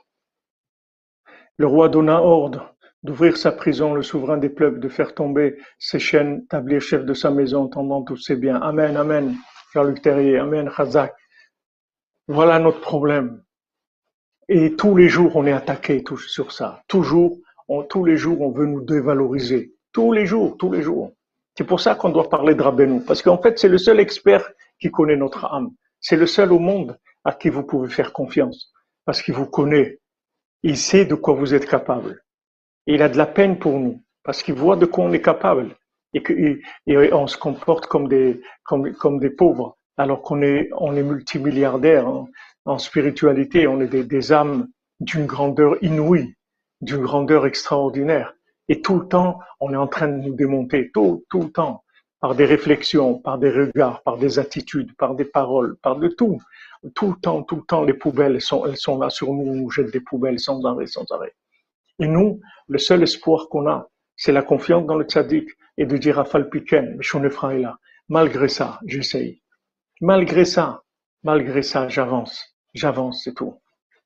S1: Le roi donna ordre d'ouvrir sa prison, le souverain des peuples, de faire tomber ses chaînes, établir chef de sa maison, tendant tous ses biens. Amen, amen. Jean-Luc Terrier, amen, Chazak. Voilà notre problème. Et tous les jours, on est attaqué sur ça. Toujours, on, tous les jours, on veut nous dévaloriser. Tous les jours, tous les jours. C'est pour ça qu'on doit parler de Rabbeinu. Parce qu'en fait, c'est le seul expert qui connaît notre âme. C'est le seul au monde à qui vous pouvez faire confiance. Parce qu'il vous connaît. Il sait de quoi vous êtes capable. Et il a de la peine pour nous. Parce qu'il voit de quoi on est capable. Et, que, et, et on se comporte comme des, comme, comme des pauvres. Alors qu'on est, on est multimilliardaires hein. En spiritualité. On est des, des âmes d'une grandeur inouïe, d'une grandeur extraordinaire. Et tout le temps, on est en train de nous démonter. Tout, tout le temps. Par des réflexions, par des regards, par des attitudes, par des paroles, par de tout. Tout le temps, tout le temps, les poubelles elles sont, elles sont là sur nous, on nous jette des poubelles sans arrêt, sans arrêt. Et nous, le seul espoir qu'on a, c'est la confiance dans le tzaddik et de dire à Falpiken, Meshonefra est là. Malgré ça, j'essaye. Malgré ça, malgré ça, j'avance. J'avance, c'est tout.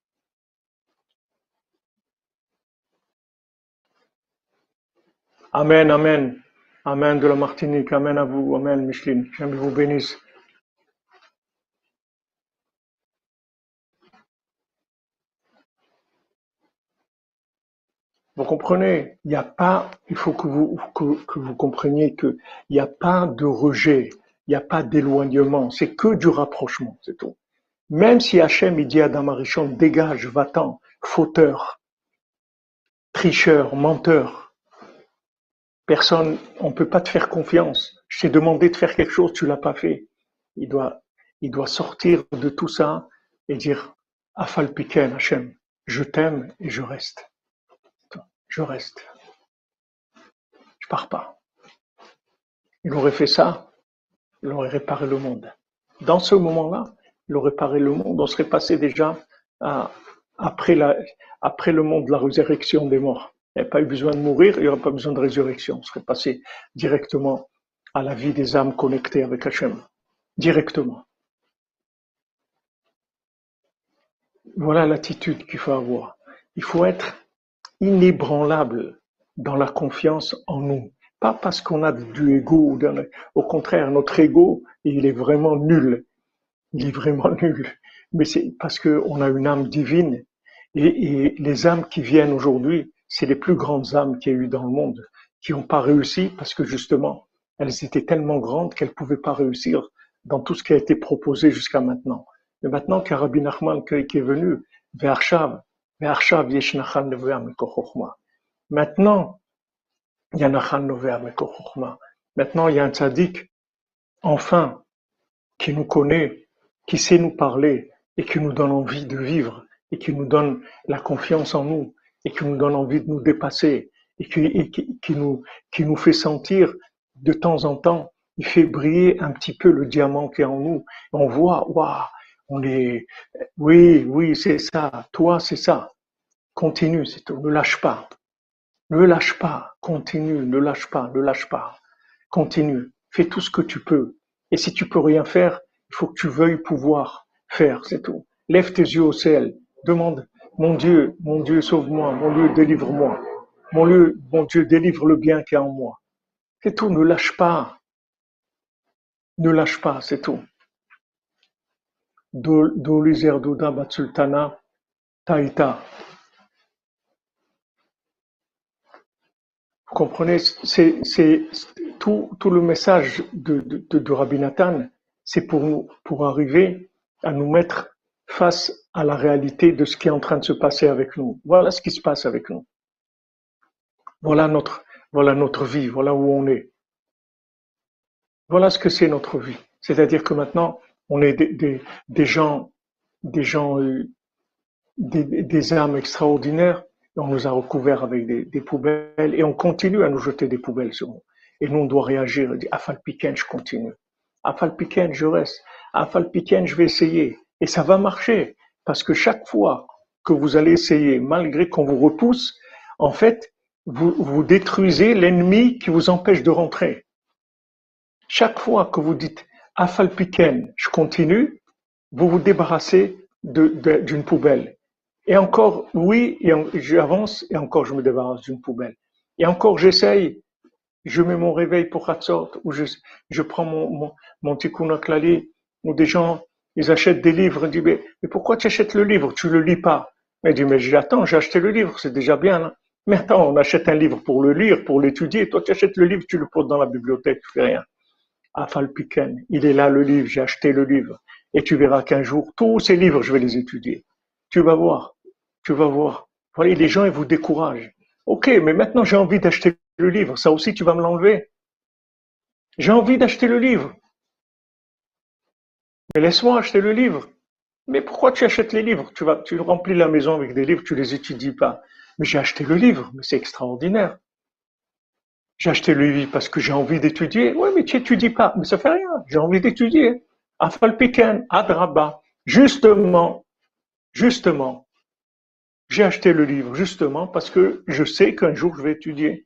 S1: Amen, amen. Amen de la Martinique. Amen à vous. Amen, Micheline. J'aime vous bénisse. Vous comprenez? Il n'y a pas, il faut que vous, que, que vous compreniez qu'il n'y a pas de rejet, il n'y a pas d'éloignement, c'est que du rapprochement, c'est tout. Même si Hachem, il dit à Adam Arishon, dégage, va-t'en, fauteur, tricheur, menteur. Personne, on ne peut pas te faire confiance. Je t'ai demandé de faire quelque chose, tu l'as pas fait. Il doit, il doit sortir de tout ça et dire, Afal Piken, Hachem, je t'aime et je reste. Je reste. Je pars pas. Il aurait fait ça, il aurait réparé le monde. Dans ce moment-là, il aurait réparé le monde. On serait passé déjà à, après, la, après le monde de la résurrection des morts. Il n'y avait pas eu besoin de mourir, il n'y aurait pas besoin de résurrection. On serait passé directement à la vie des âmes connectées avec Hachem. Directement. Voilà l'attitude qu'il faut avoir. Il faut être inébranlable dans la confiance en nous. Pas parce qu'on a du ego, au contraire, notre ego, il est vraiment nul. Il est vraiment nul. Mais c'est parce qu'on a une âme divine. Et, et les âmes qui viennent aujourd'hui, c'est les plus grandes âmes qu'il y a eu dans le monde, qui n'ont pas réussi parce que justement, elles étaient tellement grandes qu'elles ne pouvaient pas réussir dans tout ce qui a été proposé jusqu'à maintenant. Mais maintenant qu'il y a Rabbi Nachman qui est venu, Ve'arshav, Ve'arshav yesh nachal novea mikoch chokhma. Maintenant, il y a nachal novea mikoch chokhma. Maintenant, il y a un tzaddik, enfin, qui nous connaît, qui sait nous parler et qui nous donne envie de vivre et qui nous donne la confiance en nous et qui nous donne envie de nous dépasser et qui, et qui, qui nous, qui nous fait sentir de temps en temps, il fait briller un petit peu le diamant qui est en nous. On voit, waouh, on est, oui, oui, c'est ça, toi, c'est ça. Continue, c'est tout, ne lâche pas. Ne lâche pas, continue, ne lâche pas, ne lâche pas. Continue, fais tout ce que tu peux. Et si tu peux rien faire, il faut que tu veuilles pouvoir faire, c'est tout. Lève tes yeux au ciel, demande, mon Dieu, mon Dieu, sauve-moi, mon Dieu, délivre-moi. Mon Dieu, mon Dieu, délivre le bien qui est en moi. C'est tout, ne lâche pas. Ne lâche pas, c'est tout. Dolizer Douda Batsultana Taïta. Vous comprenez, c'est, c'est tout, tout le message de, de, de, de Rabbi Nathan, c'est pour nous, pour arriver à nous mettre face à la réalité de ce qui est en train de se passer avec nous. Voilà ce qui se passe avec nous. Voilà notre, voilà notre vie, voilà où on est. Voilà ce que c'est notre vie. C'est-à-dire que maintenant, on est des, des, des gens, des gens, euh, des, des âmes extraordinaires. On nous a recouverts avec des, des poubelles et on continue à nous jeter des poubelles sur nous. Et nous, on doit réagir et dire, Afal Piken, je continue. Afal Piken, je reste. Afal Piken, je vais essayer. Et ça va marcher. Parce que chaque fois que vous allez essayer, malgré qu'on vous repousse, en fait, vous, vous détruisez l'ennemi qui vous empêche de rentrer. Chaque fois que vous dites Afalpiken, je continue, vous vous débarrassez de, de- d'une poubelle. Et encore, oui, et en- j'avance, et encore je me débarrasse d'une poubelle. Et encore j'essaye, je mets mon réveil pour Hatzot, ou je, je prends mon, mon, mon Tikkun Klali, ou des gens, ils achètent des livres, ils disent, mais, mais pourquoi tu achètes le livre? Tu le lis pas. Mais je dis, mais j'attends, j'ai acheté le livre, c'est déjà bien, hein. Mais attends, on achète un livre pour le lire, pour l'étudier. Toi, tu achètes le livre, tu le poses dans la bibliothèque, tu fais rien. Afalpiken, il est là le livre, j'ai acheté le livre. Et tu verras qu'un jour, tous ces livres, je vais les étudier. Tu vas voir, tu vas voir. Voilà, les gens, ils vous découragent. Ok, mais maintenant j'ai envie d'acheter le livre, ça aussi tu vas me l'enlever. J'ai envie d'acheter le livre, mais laisse-moi acheter le livre. Mais pourquoi tu achètes les livres? Tu vas, tu remplis la maison avec des livres, tu les étudies pas. Mais j'ai acheté le livre, mais c'est extraordinaire. J'ai acheté le livre parce que j'ai envie d'étudier. Oui, mais tu étudies pas. Mais ça fait rien. J'ai envie d'étudier. Afalpiken, Adraba. Justement, justement, j'ai acheté le livre justement parce que je sais qu'un jour je vais étudier.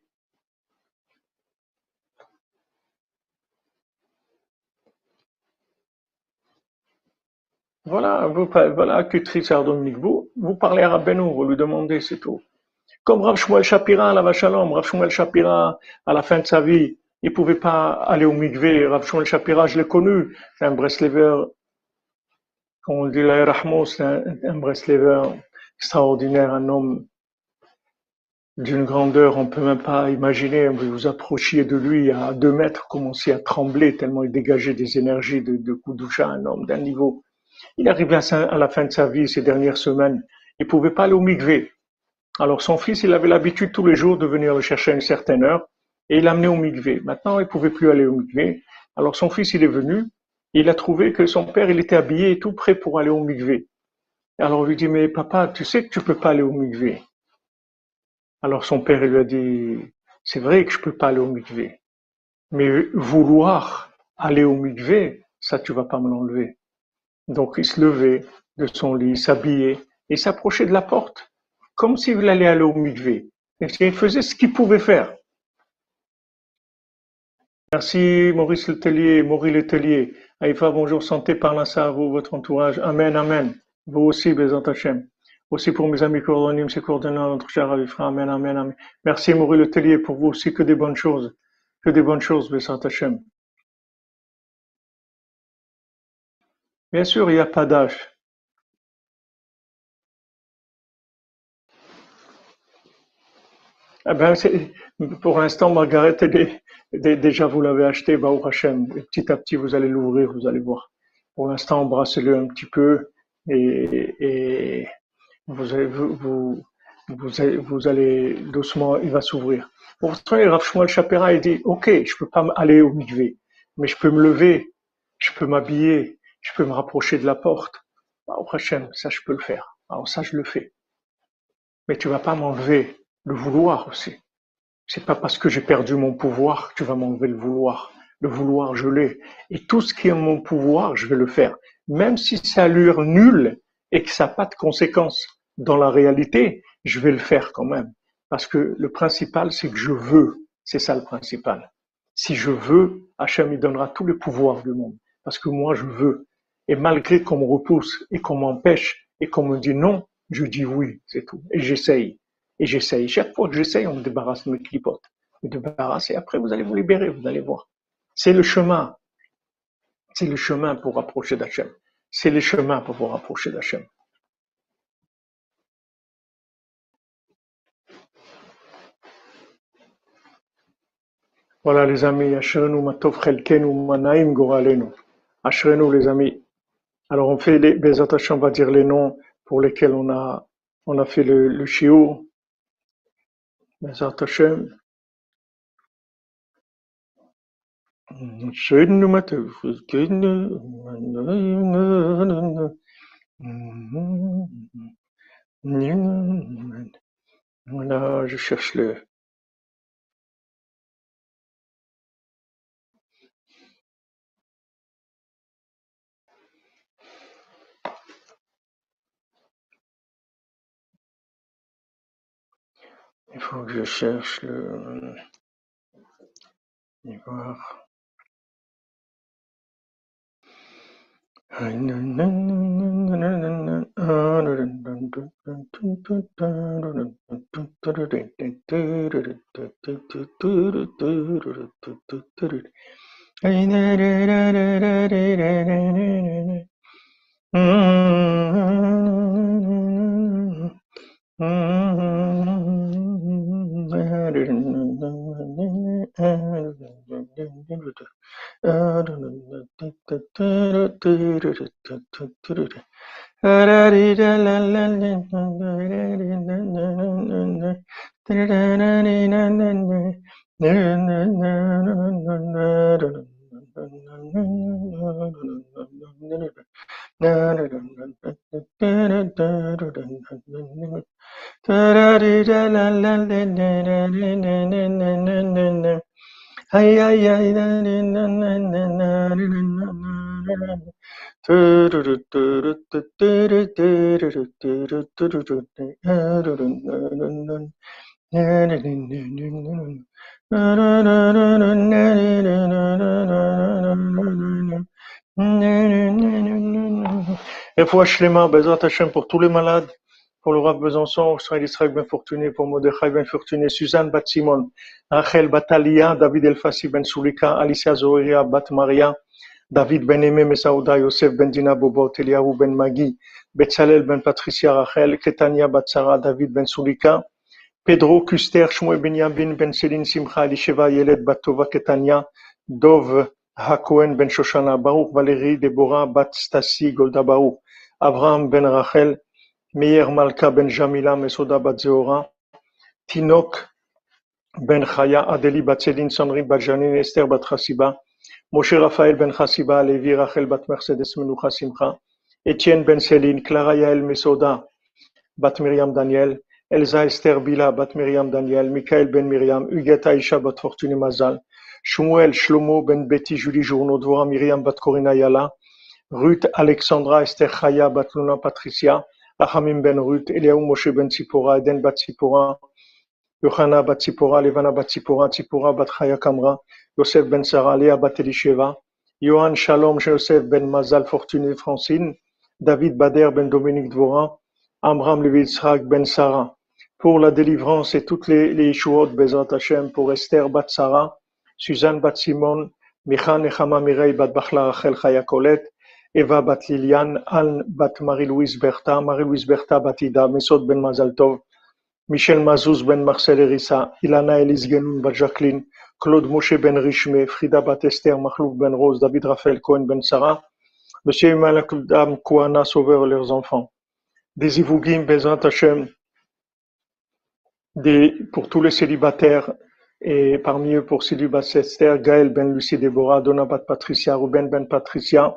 S1: Voilà, vous, voilà, que Richard Dominique, vous, vous parlez à Rabbeinu, vous lui demandez, c'est tout. Comme Rav Shmuel Shapira, la Shalom, Rav Shmuel Shapira, à la fin de sa vie, il pouvait pas aller au mikvé. Rav Shmuel Shapira, je l'ai connu, c'est un Breslever, comme on dit, la Rahmos, c'est un, un Breslever extraordinaire, un homme d'une grandeur, on peut même pas imaginer. Vous vous approchiez de lui à deux mètres, commenciez à trembler tellement il dégageait des énergies de, de Kudusha, un homme d'un niveau. Il arrivait à, à la fin de sa vie, ces dernières semaines, il pouvait pas aller au mikvé. Alors son fils, il avait l'habitude tous les jours de venir le chercher à une certaine heure et il l'amenait au mikvé. Maintenant, il pouvait plus aller au mikvé. Alors son fils, il est venu et il a trouvé que son père, il était habillé et tout prêt pour aller au mikvé. Alors on lui dit, mais papa, tu sais que tu peux pas aller au mikvé. Alors son père, il lui a dit, c'est vrai que je peux pas aller au mikvé, mais vouloir aller au mikvé, ça tu vas pas me l'enlever. Donc il se levait de son lit, s'habillait et s'approchait de la porte, comme s'il allait aller au mikvé. Et il faisait ce qu'il pouvait faire. Merci Maurice Letellier, Maurice Letellier. Haïfa, bonjour, santé, par à vous, votre entourage. Amen, amen. Vous aussi, Bézant Hachem. Aussi pour mes amis coordonnées, c'est coordonnant, notre cher Avifra. Amen, amen, amen. Merci Maurice Letellier, pour vous aussi, que des bonnes choses. Que des bonnes choses, Bézant Hachem. Bien sûr, il n'y a pas d'âge. Eh ben, c'est- pour l'instant, Margaret, elle est- dé- déjà vous l'avez acheté, Baruch Hashem. Et petit à petit, vous allez l'ouvrir, vous allez voir. Pour l'instant, embrassez-le un petit peu et, et vous, allez- vous, vous, vous allez, vous allez doucement, il va s'ouvrir. Pourtant, Rav Shmuel Shapira, il dit, OK, je peux pas aller au mikvé, mais je peux me lever, je peux m'habiller, je peux me rapprocher de la porte. Baruch Hashem, ça, je peux le faire. Alors ça, je le fais. Mais tu vas pas m'enlever le vouloir aussi. C'est pas parce que j'ai perdu mon pouvoir que tu vas m'enlever le vouloir. Le vouloir, je l'ai. Et tout ce qui est en mon pouvoir, je vais le faire. Même si ça allure nul et que ça n'a pas de conséquences dans la réalité, je vais le faire quand même. Parce que le principal, c'est que je veux. C'est ça le principal. Si je veux, Hachem me donnera tous les pouvoirs du monde. Parce que moi, je veux. Et malgré qu'on me repousse et qu'on m'empêche et qu'on me dit non, je dis oui, c'est tout. Et j'essaye. Et j'essaye. Chaque fois que j'essaye, on me débarrasse de mes clipotes. Me débarrasse et après, vous allez vous libérer, vous allez voir. C'est le chemin. C'est le chemin pour rapprocher d'Hachem. C'est le chemin pour vous rapprocher d'Hachem. Voilà, les amis. Ashrenu matov chelkenu manaim goralenu. Ashrenu, les amis. Alors, on fait les, Bezat Hashem, on va dire les noms pour lesquels on a, on a fait le, le shiur. Bezat Hashem. Ashrenu matov chelkenu manaim. Voilà, je cherche le. Il faut que je cherche le ivoire. Ay, ay, ay, na, na, na, na, na, na, na, na. Refoua Shlema, Bezrat Hashem pour tous les malades, pour le Rav Besançon, Israël Israël Ben Fortuné, pour Mordechai Ben Fortuné, Suzanne Bat Simon, Rachel Batalia, David Elfassi Ben Soulika, Alicia Zoria Bat Maria, David Ben Aimé Mesaouda, Yosef Ben Dina Bobo, Eliaou Ben Magi, Betzalel Ben Patricia Rachel, Ketania Bat Sarah, David Ben Soulika, Pedro Kuster, Shmuel Ben Yabin, Ben Céline Simcha, Elisheva Yelet Bat Tova Ketania, Dov Hakohen Ben Shoshana, Baruch Valérie, Deborah Bat Stasi, Golda Baruch, Avraham Ben Rachel, Meir Malka Ben Jamila, Mesoda Bat Zeora, Tinok Ben Chaya, Adeli Bat Céline, Sandrine Bat Janine, Esther Bat Chassiba, Moshe Raphaël Ben Chassiba, Levi Rachel Bat Mercedes Menucha Simcha, Etienne Ben Céline, Clara Yael Mesoda Bat Miriam Daniel, Elsa Esther Bila Bat Miriam Daniel, Michael Ben Miriam, Huguette Aïcha Bat Fortuné Mazal, Shmuel Shlomo Ben Betty Julie Journeau, Dvora Miriam Bat Corina Yala, Ruth Alexandra Esther Chaya Bat Luna Patricia, Achamim Ben Ruth, Eliaou Moshe Ben Tzipora, Eden Bat Tzipora, Yohana Bat Tzipora, Levana Bat Tzipora, Tzipora Bat Chaya Kamra, Yosef Ben Sarah, Léa Bat Elisheva, Yohan Shalom Joseph Ben Mazal Fortuné Francine, David Bader Ben Dominique Dvora, Amram Levi Yitzhak Ben Sarah, pour la délivrance et toutes les, les Yeshuot Bezrat Hashem, pour Esther Bat Sarah, Suzanne Bat Simon, Micha Nechama Mirei Bat Bachla Rachel Chaya Colette, Eva Bat Liliane, Anne Bat Marie-Louise Bertha, Marie-Louise Bertha Batida, Mesod Ben Mazal Tov, Michel Mazouz Ben Marcel Erissa, Ilana Elise Genoun Bat Jacqueline, Claude Moshe Ben Richmé, Frida Bat Esther, Mahlouf Ben Rose, David Raphaël Cohen Ben Sarah, Monsieur Emmanuel Dam Kouana, sauveur leurs enfants. Des Ivougim Bezrat Hashem, des, pour tous les célibataires, et parmi eux pour Sylvie Bat Esther, Gaël Ben Lucie Déborah, Donna Bat Patricia, Ruben Ben Patricia,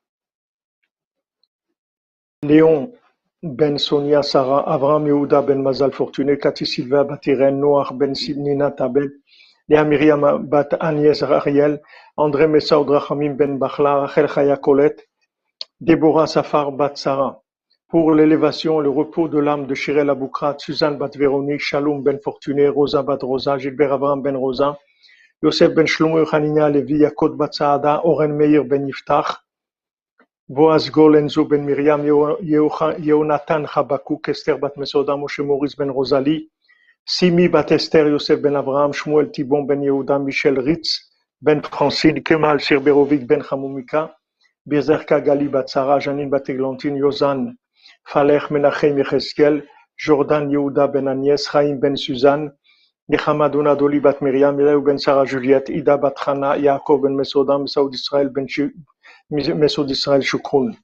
S1: Léon Ben Sonia Sarah, Avraham Yehuda Ben Mazal Fortuné, Cathy Sylvain Bat Irène, Noach Ben Nina Tabel, Léa Myriam Bat Agnès Ariel, André Messaoud Rachamim Ben Bachla, Rachel Chaya Colette, Déborah Safar Bat Sarah. Pour l'élévation et le repos de l'âme de Shirel Aboukrat, Suzanne Bat Véronique, Shalom Ben Fortuné, Rosa Bat Rosa, Gilbert Abraham Ben Rosa, Yosef Ben Shlomo Hanina Levi, Yakot Bat Saada, Oren Meir Ben Yiftach, Boaz Gol Enzo Ben Miriam, Yehonatan Chabakouk, Esther Bat Mesoda, Moshe Maurice Ben Rosalie, Simi Bat Esther, Yosef Ben Abraham, Shmuel Tibon Ben Yehuda, Michel Ritz Ben Francine, Kemal Sirberovic Ben Chamoumika, Bezerka Gali Bat Sarah, Janine Bat Eglantine, Yozan Falech Menachem Yecheskel, Jordan Yehuda Ben Agnès, Chaim Ben Suzanne, Nechama Donadoli Bat Miriam, Eliaou Ben Sarah Juliette, Ida Bat Chana, Yaakov Ben Mesoda, Mesaoud Israël Ben Mesaoud Israël Shukroun.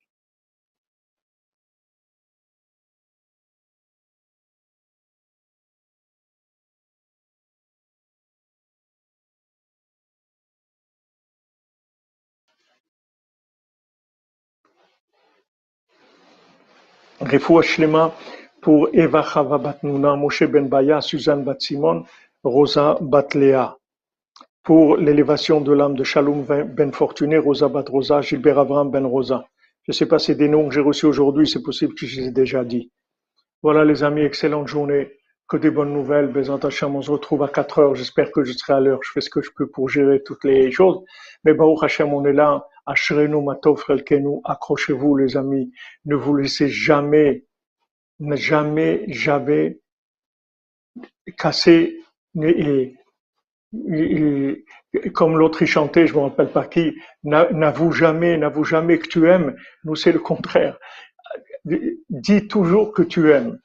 S1: Refoua Shlema pour Eva Chava Bat Nouna, Moshe Ben Baya, Suzanne Bat Simon, Rosa Bat Léa. Pour l'élévation de l'âme de Shalom Ben Fortuné, Rosa Bat Rosa, Gilbert Avram Ben Rosa. Je ne sais pas si c'est des noms que j'ai reçus aujourd'hui, c'est possible que je les ai déjà dit. Voilà les amis, excellente journée. que des bonnes nouvelles. Bezrat Hashem, on se retrouve à quatre heures. J'espère que je serai à l'heure. Je fais ce que je peux pour gérer toutes les choses. Mais Baruch Hashem, on est là. Ashrenu Matov Chelkenu. Accrochez-vous, les amis. Ne vous laissez jamais, ne jamais, jamais casser et, et, et comme l'autre y chantait, je me rappelle pas qui, n'avoue jamais, n'avoue jamais que tu aimes. Nous, c'est le contraire. Dis toujours que tu aimes.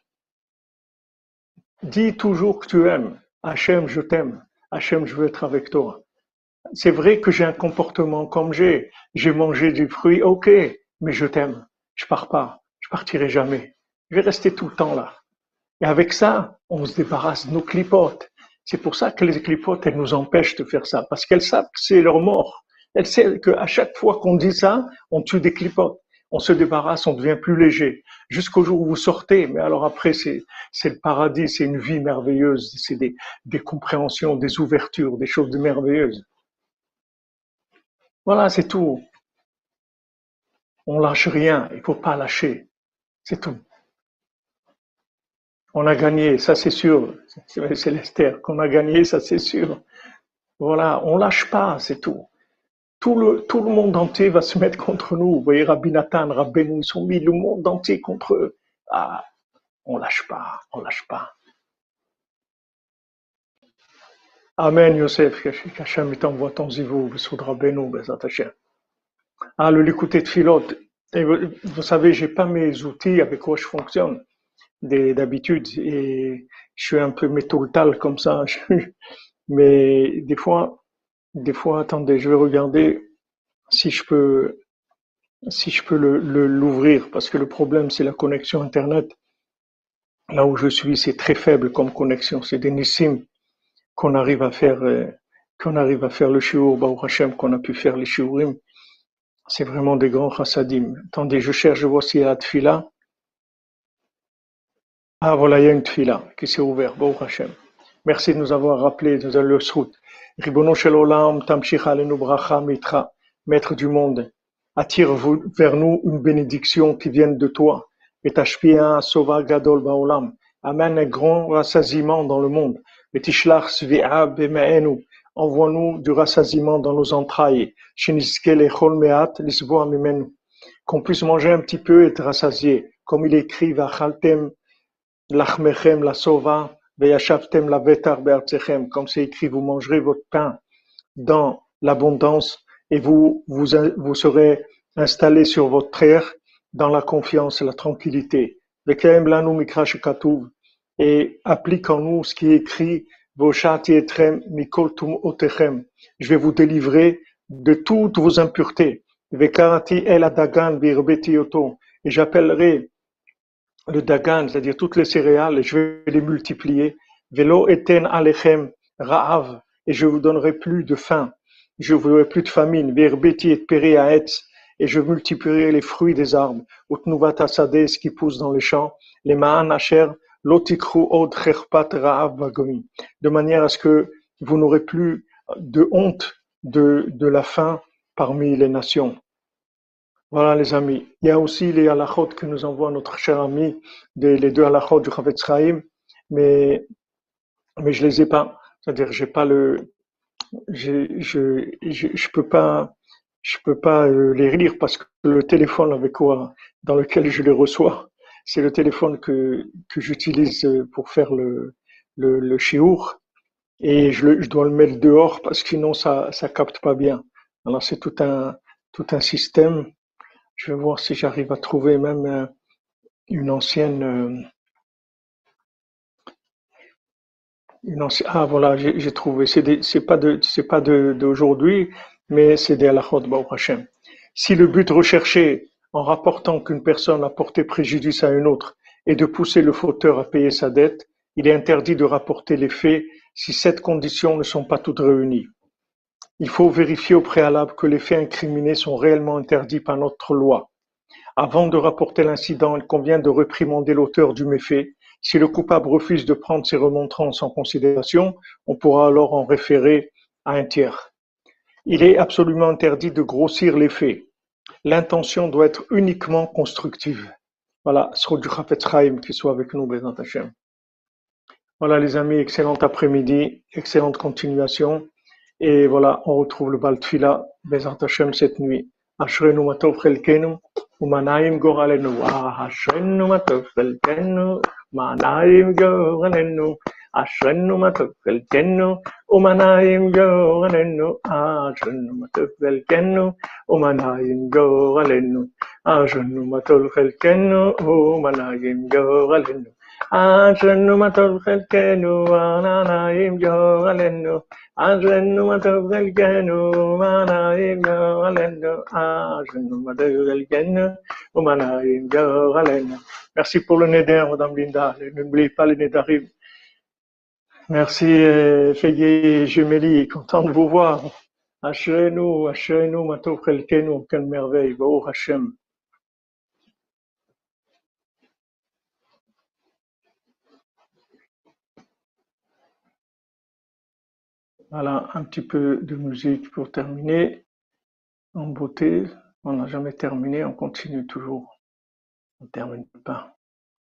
S1: Dis toujours que tu aimes. Hachem, je t'aime. Hachem, je veux être avec toi. C'est vrai que j'ai un comportement comme j'ai. J'ai mangé du fruit, ok, mais je t'aime. Je pars pas. Je partirai jamais. Je vais rester tout le temps là. Et avec ça, on se débarrasse de nos clipotes. C'est pour ça que les clipotes, elles nous empêchent de faire ça. Parce qu'elles savent que c'est leur mort. Elles savent qu'à chaque fois qu'on dit ça, on tue des clipotes. On se débarrasse, on devient plus léger. Jusqu'au jour où vous sortez. Mais alors après, c'est, c'est le paradis, c'est une vie merveilleuse. C'est des, des compréhensions, des ouvertures, des choses merveilleuses. Voilà, c'est tout. On lâche rien. Il faut pas lâcher. C'est tout. On a gagné, ça c'est sûr. C'est l'Esther qu'on a gagné, ça c'est sûr. Voilà, on lâche pas, c'est tout. Tout le, tout le monde entier va se mettre contre nous. Vous voyez, Rabbi Nathan, Rabbeinu, ils sont mis le monde entier contre eux. Ah, on lâche pas, on lâche pas. Amen, Yosef, qu'Hachem t'envoie ton zivou, Bessoud Rabbeinu, Bezat Hashem. Ah, le l'écouter de filote. Et vous, vous savez, j'ai pas mes outils avec quoi je fonctionne d'habitude et je suis un peu méthotal comme ça. Mais des fois, des fois, attendez, je vais regarder si je peux, si je peux le, le, l'ouvrir, parce que le problème c'est la connexion internet. Là où je suis, c'est très faible comme connexion. C'est des nissim qu'on arrive à faire, euh, qu'on arrive à faire le shiur, Baruch Hashem, qu'on a pu faire les shiurim. C'est vraiment des grands chassadim. Attendez, je cherche, je vois s'il y a la tfila. Ah voilà, il y a une tfila qui s'est ouverte, Baruch Hashem. Merci de nous avoir rappelé de le srout. Ribono shel olam, tamshich alenu bracha mitra, maître du monde, attire vers nous une bénédiction qui vienne de toi. Et tashpia sova gadol baolam, amène un grand rassasiement dans le monde. Et tishlach svi'a b'me'enu, envoie-nous du rassasiement dans nos entrailles. Sheniske lechol me'at lisboa mimenu, qu'on puisse manger un petit peu et être rassasié. Comme il écrit, vachaltem lachmechem la sova, veyashavtem la vetar be'artzechem, comme c'est écrit, vous mangerez votre pain dans l'abondance et vous, vous, vous serez installés sur votre terre dans la confiance et la tranquillité. Vekem lanu mikra shekatuv, et applique en nous ce qui est écrit, voshati etrem mikol tumotechem, je vais vous délivrer de toutes vos impuretés. Vekarati el adagan birbeti yoto, et j'appellerai le dagan, c'est-à-dire toutes les céréales, et je vais les multiplier. Velo eten alechem ra'av, et je vous donnerai plus de faim. Je vous donnerai plus de famine. Verbeti et peri aetz, et je multiplierai les fruits des arbres. Utnuvat asadeh, ce qui pousse dans les champs. Les ma'an asher lotikru od cherpat ra'av bagoim, de manière à ce que vous n'aurez plus de honte de, de la faim parmi les nations. Voilà les amis. Il y a aussi les halachot que nous envoie notre cher ami, des, les deux halachot du Chavetz Chaim, mais, mais je les ai pas. C'est-à-dire, j'ai pas le, je, je, je, je peux pas, je peux pas euh, les lire parce que le téléphone avec quoi, dans lequel je les reçois, c'est le téléphone que, que j'utilise pour faire le, le, le shiur, et je, le, je dois le mettre dehors parce que sinon ça, ça capte pas bien. Alors c'est tout un, tout un système. Je vais voir si j'arrive à trouver même euh, une ancienne, euh, une ancienne. Ah voilà, j'ai, j'ai trouvé. C'est des, c'est pas de, c'est pas de d'aujourd'hui, mais c'est des halachot Baruch Hashem. Si le but recherché en rapportant qu'une personne a porté préjudice à une autre est de pousser le fauteur à payer sa dette, il est interdit de rapporter les faits si cette conditions ne sont pas toutes réunies. Il faut vérifier au préalable que les faits incriminés sont réellement interdits par notre loi. Avant de rapporter l'incident, il convient de réprimander l'auteur du méfait. Si le coupable refuse de prendre ses remontrances en considération, on pourra alors en référer à un tiers. Il est absolument interdit de grossir les faits. L'intention doit être uniquement constructive. Voilà, Srout du Chavetz Chaim, qui soit avec nous, Bézant Hashem. Voilà les amis, excellent après-midi, excellente continuation. Et voilà, on retrouve le Bal Tfila, Bezrat Hashem cette nuit. Ashrenu matov chelkenu, umanaim goralenu. Ah, Ashrenu matov chelkenu, umanaim goralenu. Ashrenu matov chelkenu, umanaim goralenu. Ashrenu matov chelkenu, umanaim goralenu. Ashrenu matov chelkenu, umanaim goralenu. Ashrenu matov chelkenu, umanaim goralenu. Ashrenu matov chelkenu, umanaim goralenu. Ashrenu matov chelkenu, umanaim goralenu. Merci pour le neder, Madame Linda. N'oubliez pas le nedarim. Merci, euh, Fegui Gemelli, content de vous voir. Ashrenu, Ashrenu matov chelkenu, quelle merveille, Baruch Hashem. Voilà, un petit peu de musique pour terminer. En beauté, on n'a jamais terminé, on continue toujours. On ne termine pas.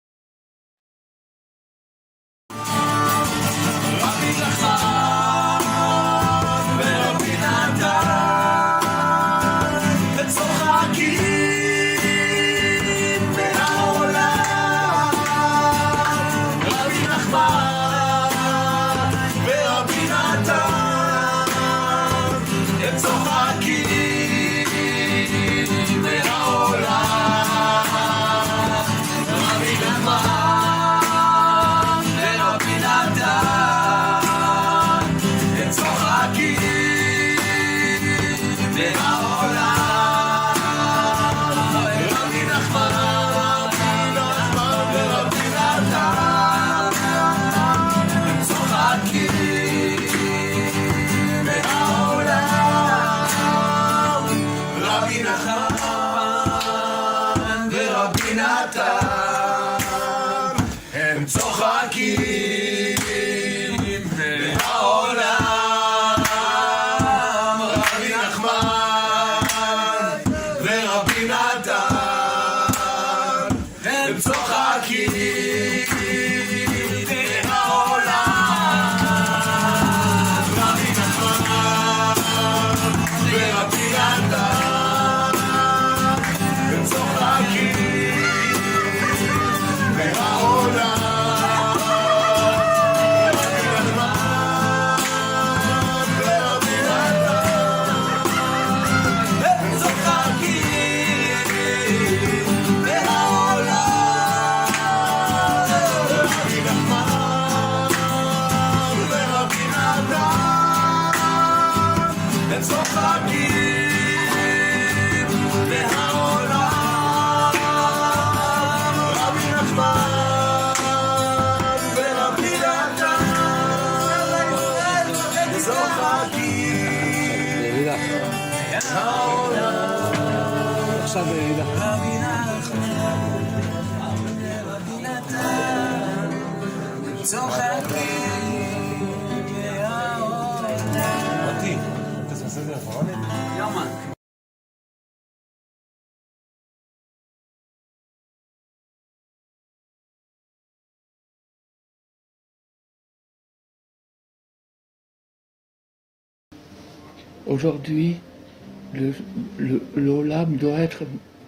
S2: Aujourd'hui, le, le, l'olam doit être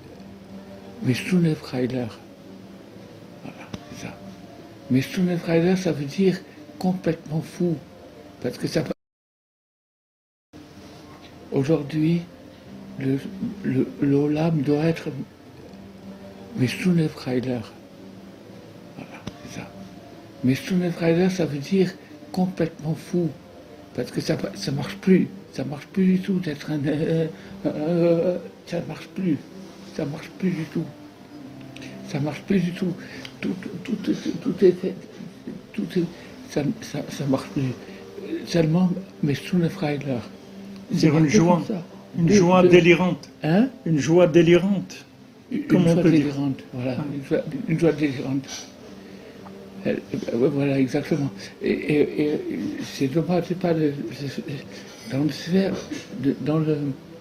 S2: Meshune Freiler. Voilà, c'est ça. Meshune Freiler, ça veut dire complètement fou. Parce que ça. Aujourd'hui, le, le, l'olam doit être Meshune Freiler. Voilà, c'est ça. Meshune Freiler, ça veut dire complètement fou. Parce que ça ne marche plus. Ça marche plus du tout d'être un... Euh, euh, ça marche plus. Ça marche plus du tout. Ça marche plus du tout. Tout, tout, tout, tout est... Tout est ça, ça, ça marche plus. Seulement, mais sous le Freiler.
S1: C'est une joie. Une de, joie de, délirante.
S2: Hein?
S1: Une joie délirante.
S2: Une joie délirante, voilà. Ah. Une, joie, une joie délirante. Euh, voilà, exactement. Et, et, et c'est dommage, c'est pas le... C'est, dans le sphère, de, dans le...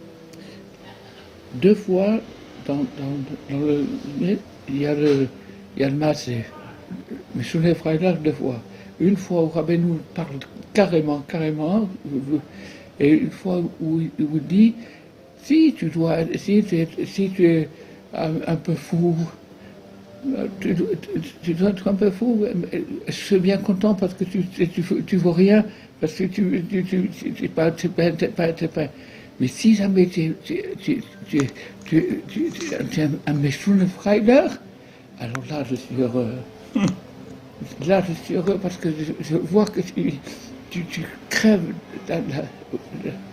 S2: Deux fois, dans, dans, dans le... Il y a le... Il y a le massé. Mais sous les Freiler, deux fois. une fois où Rabbeinu parle carrément, carrément, et une fois où il vous dit, si tu dois, si tu es, si tu es un, un peu fou, tu, tu, tu dois être un peu fou. Je suis bien content parce que tu, tu, tu, tu vaux rien, parce que tu, tu, tu, tu, tu, pas, tu, pas, tu, pas, tu, pas. Mais si jamais tu, tu, tu, tu, tu, tu, tu es un Meshune Freiler, alors là je suis heureux. Là je suis heureux parce que je, je vois que tu, tu, tu crèves la, la,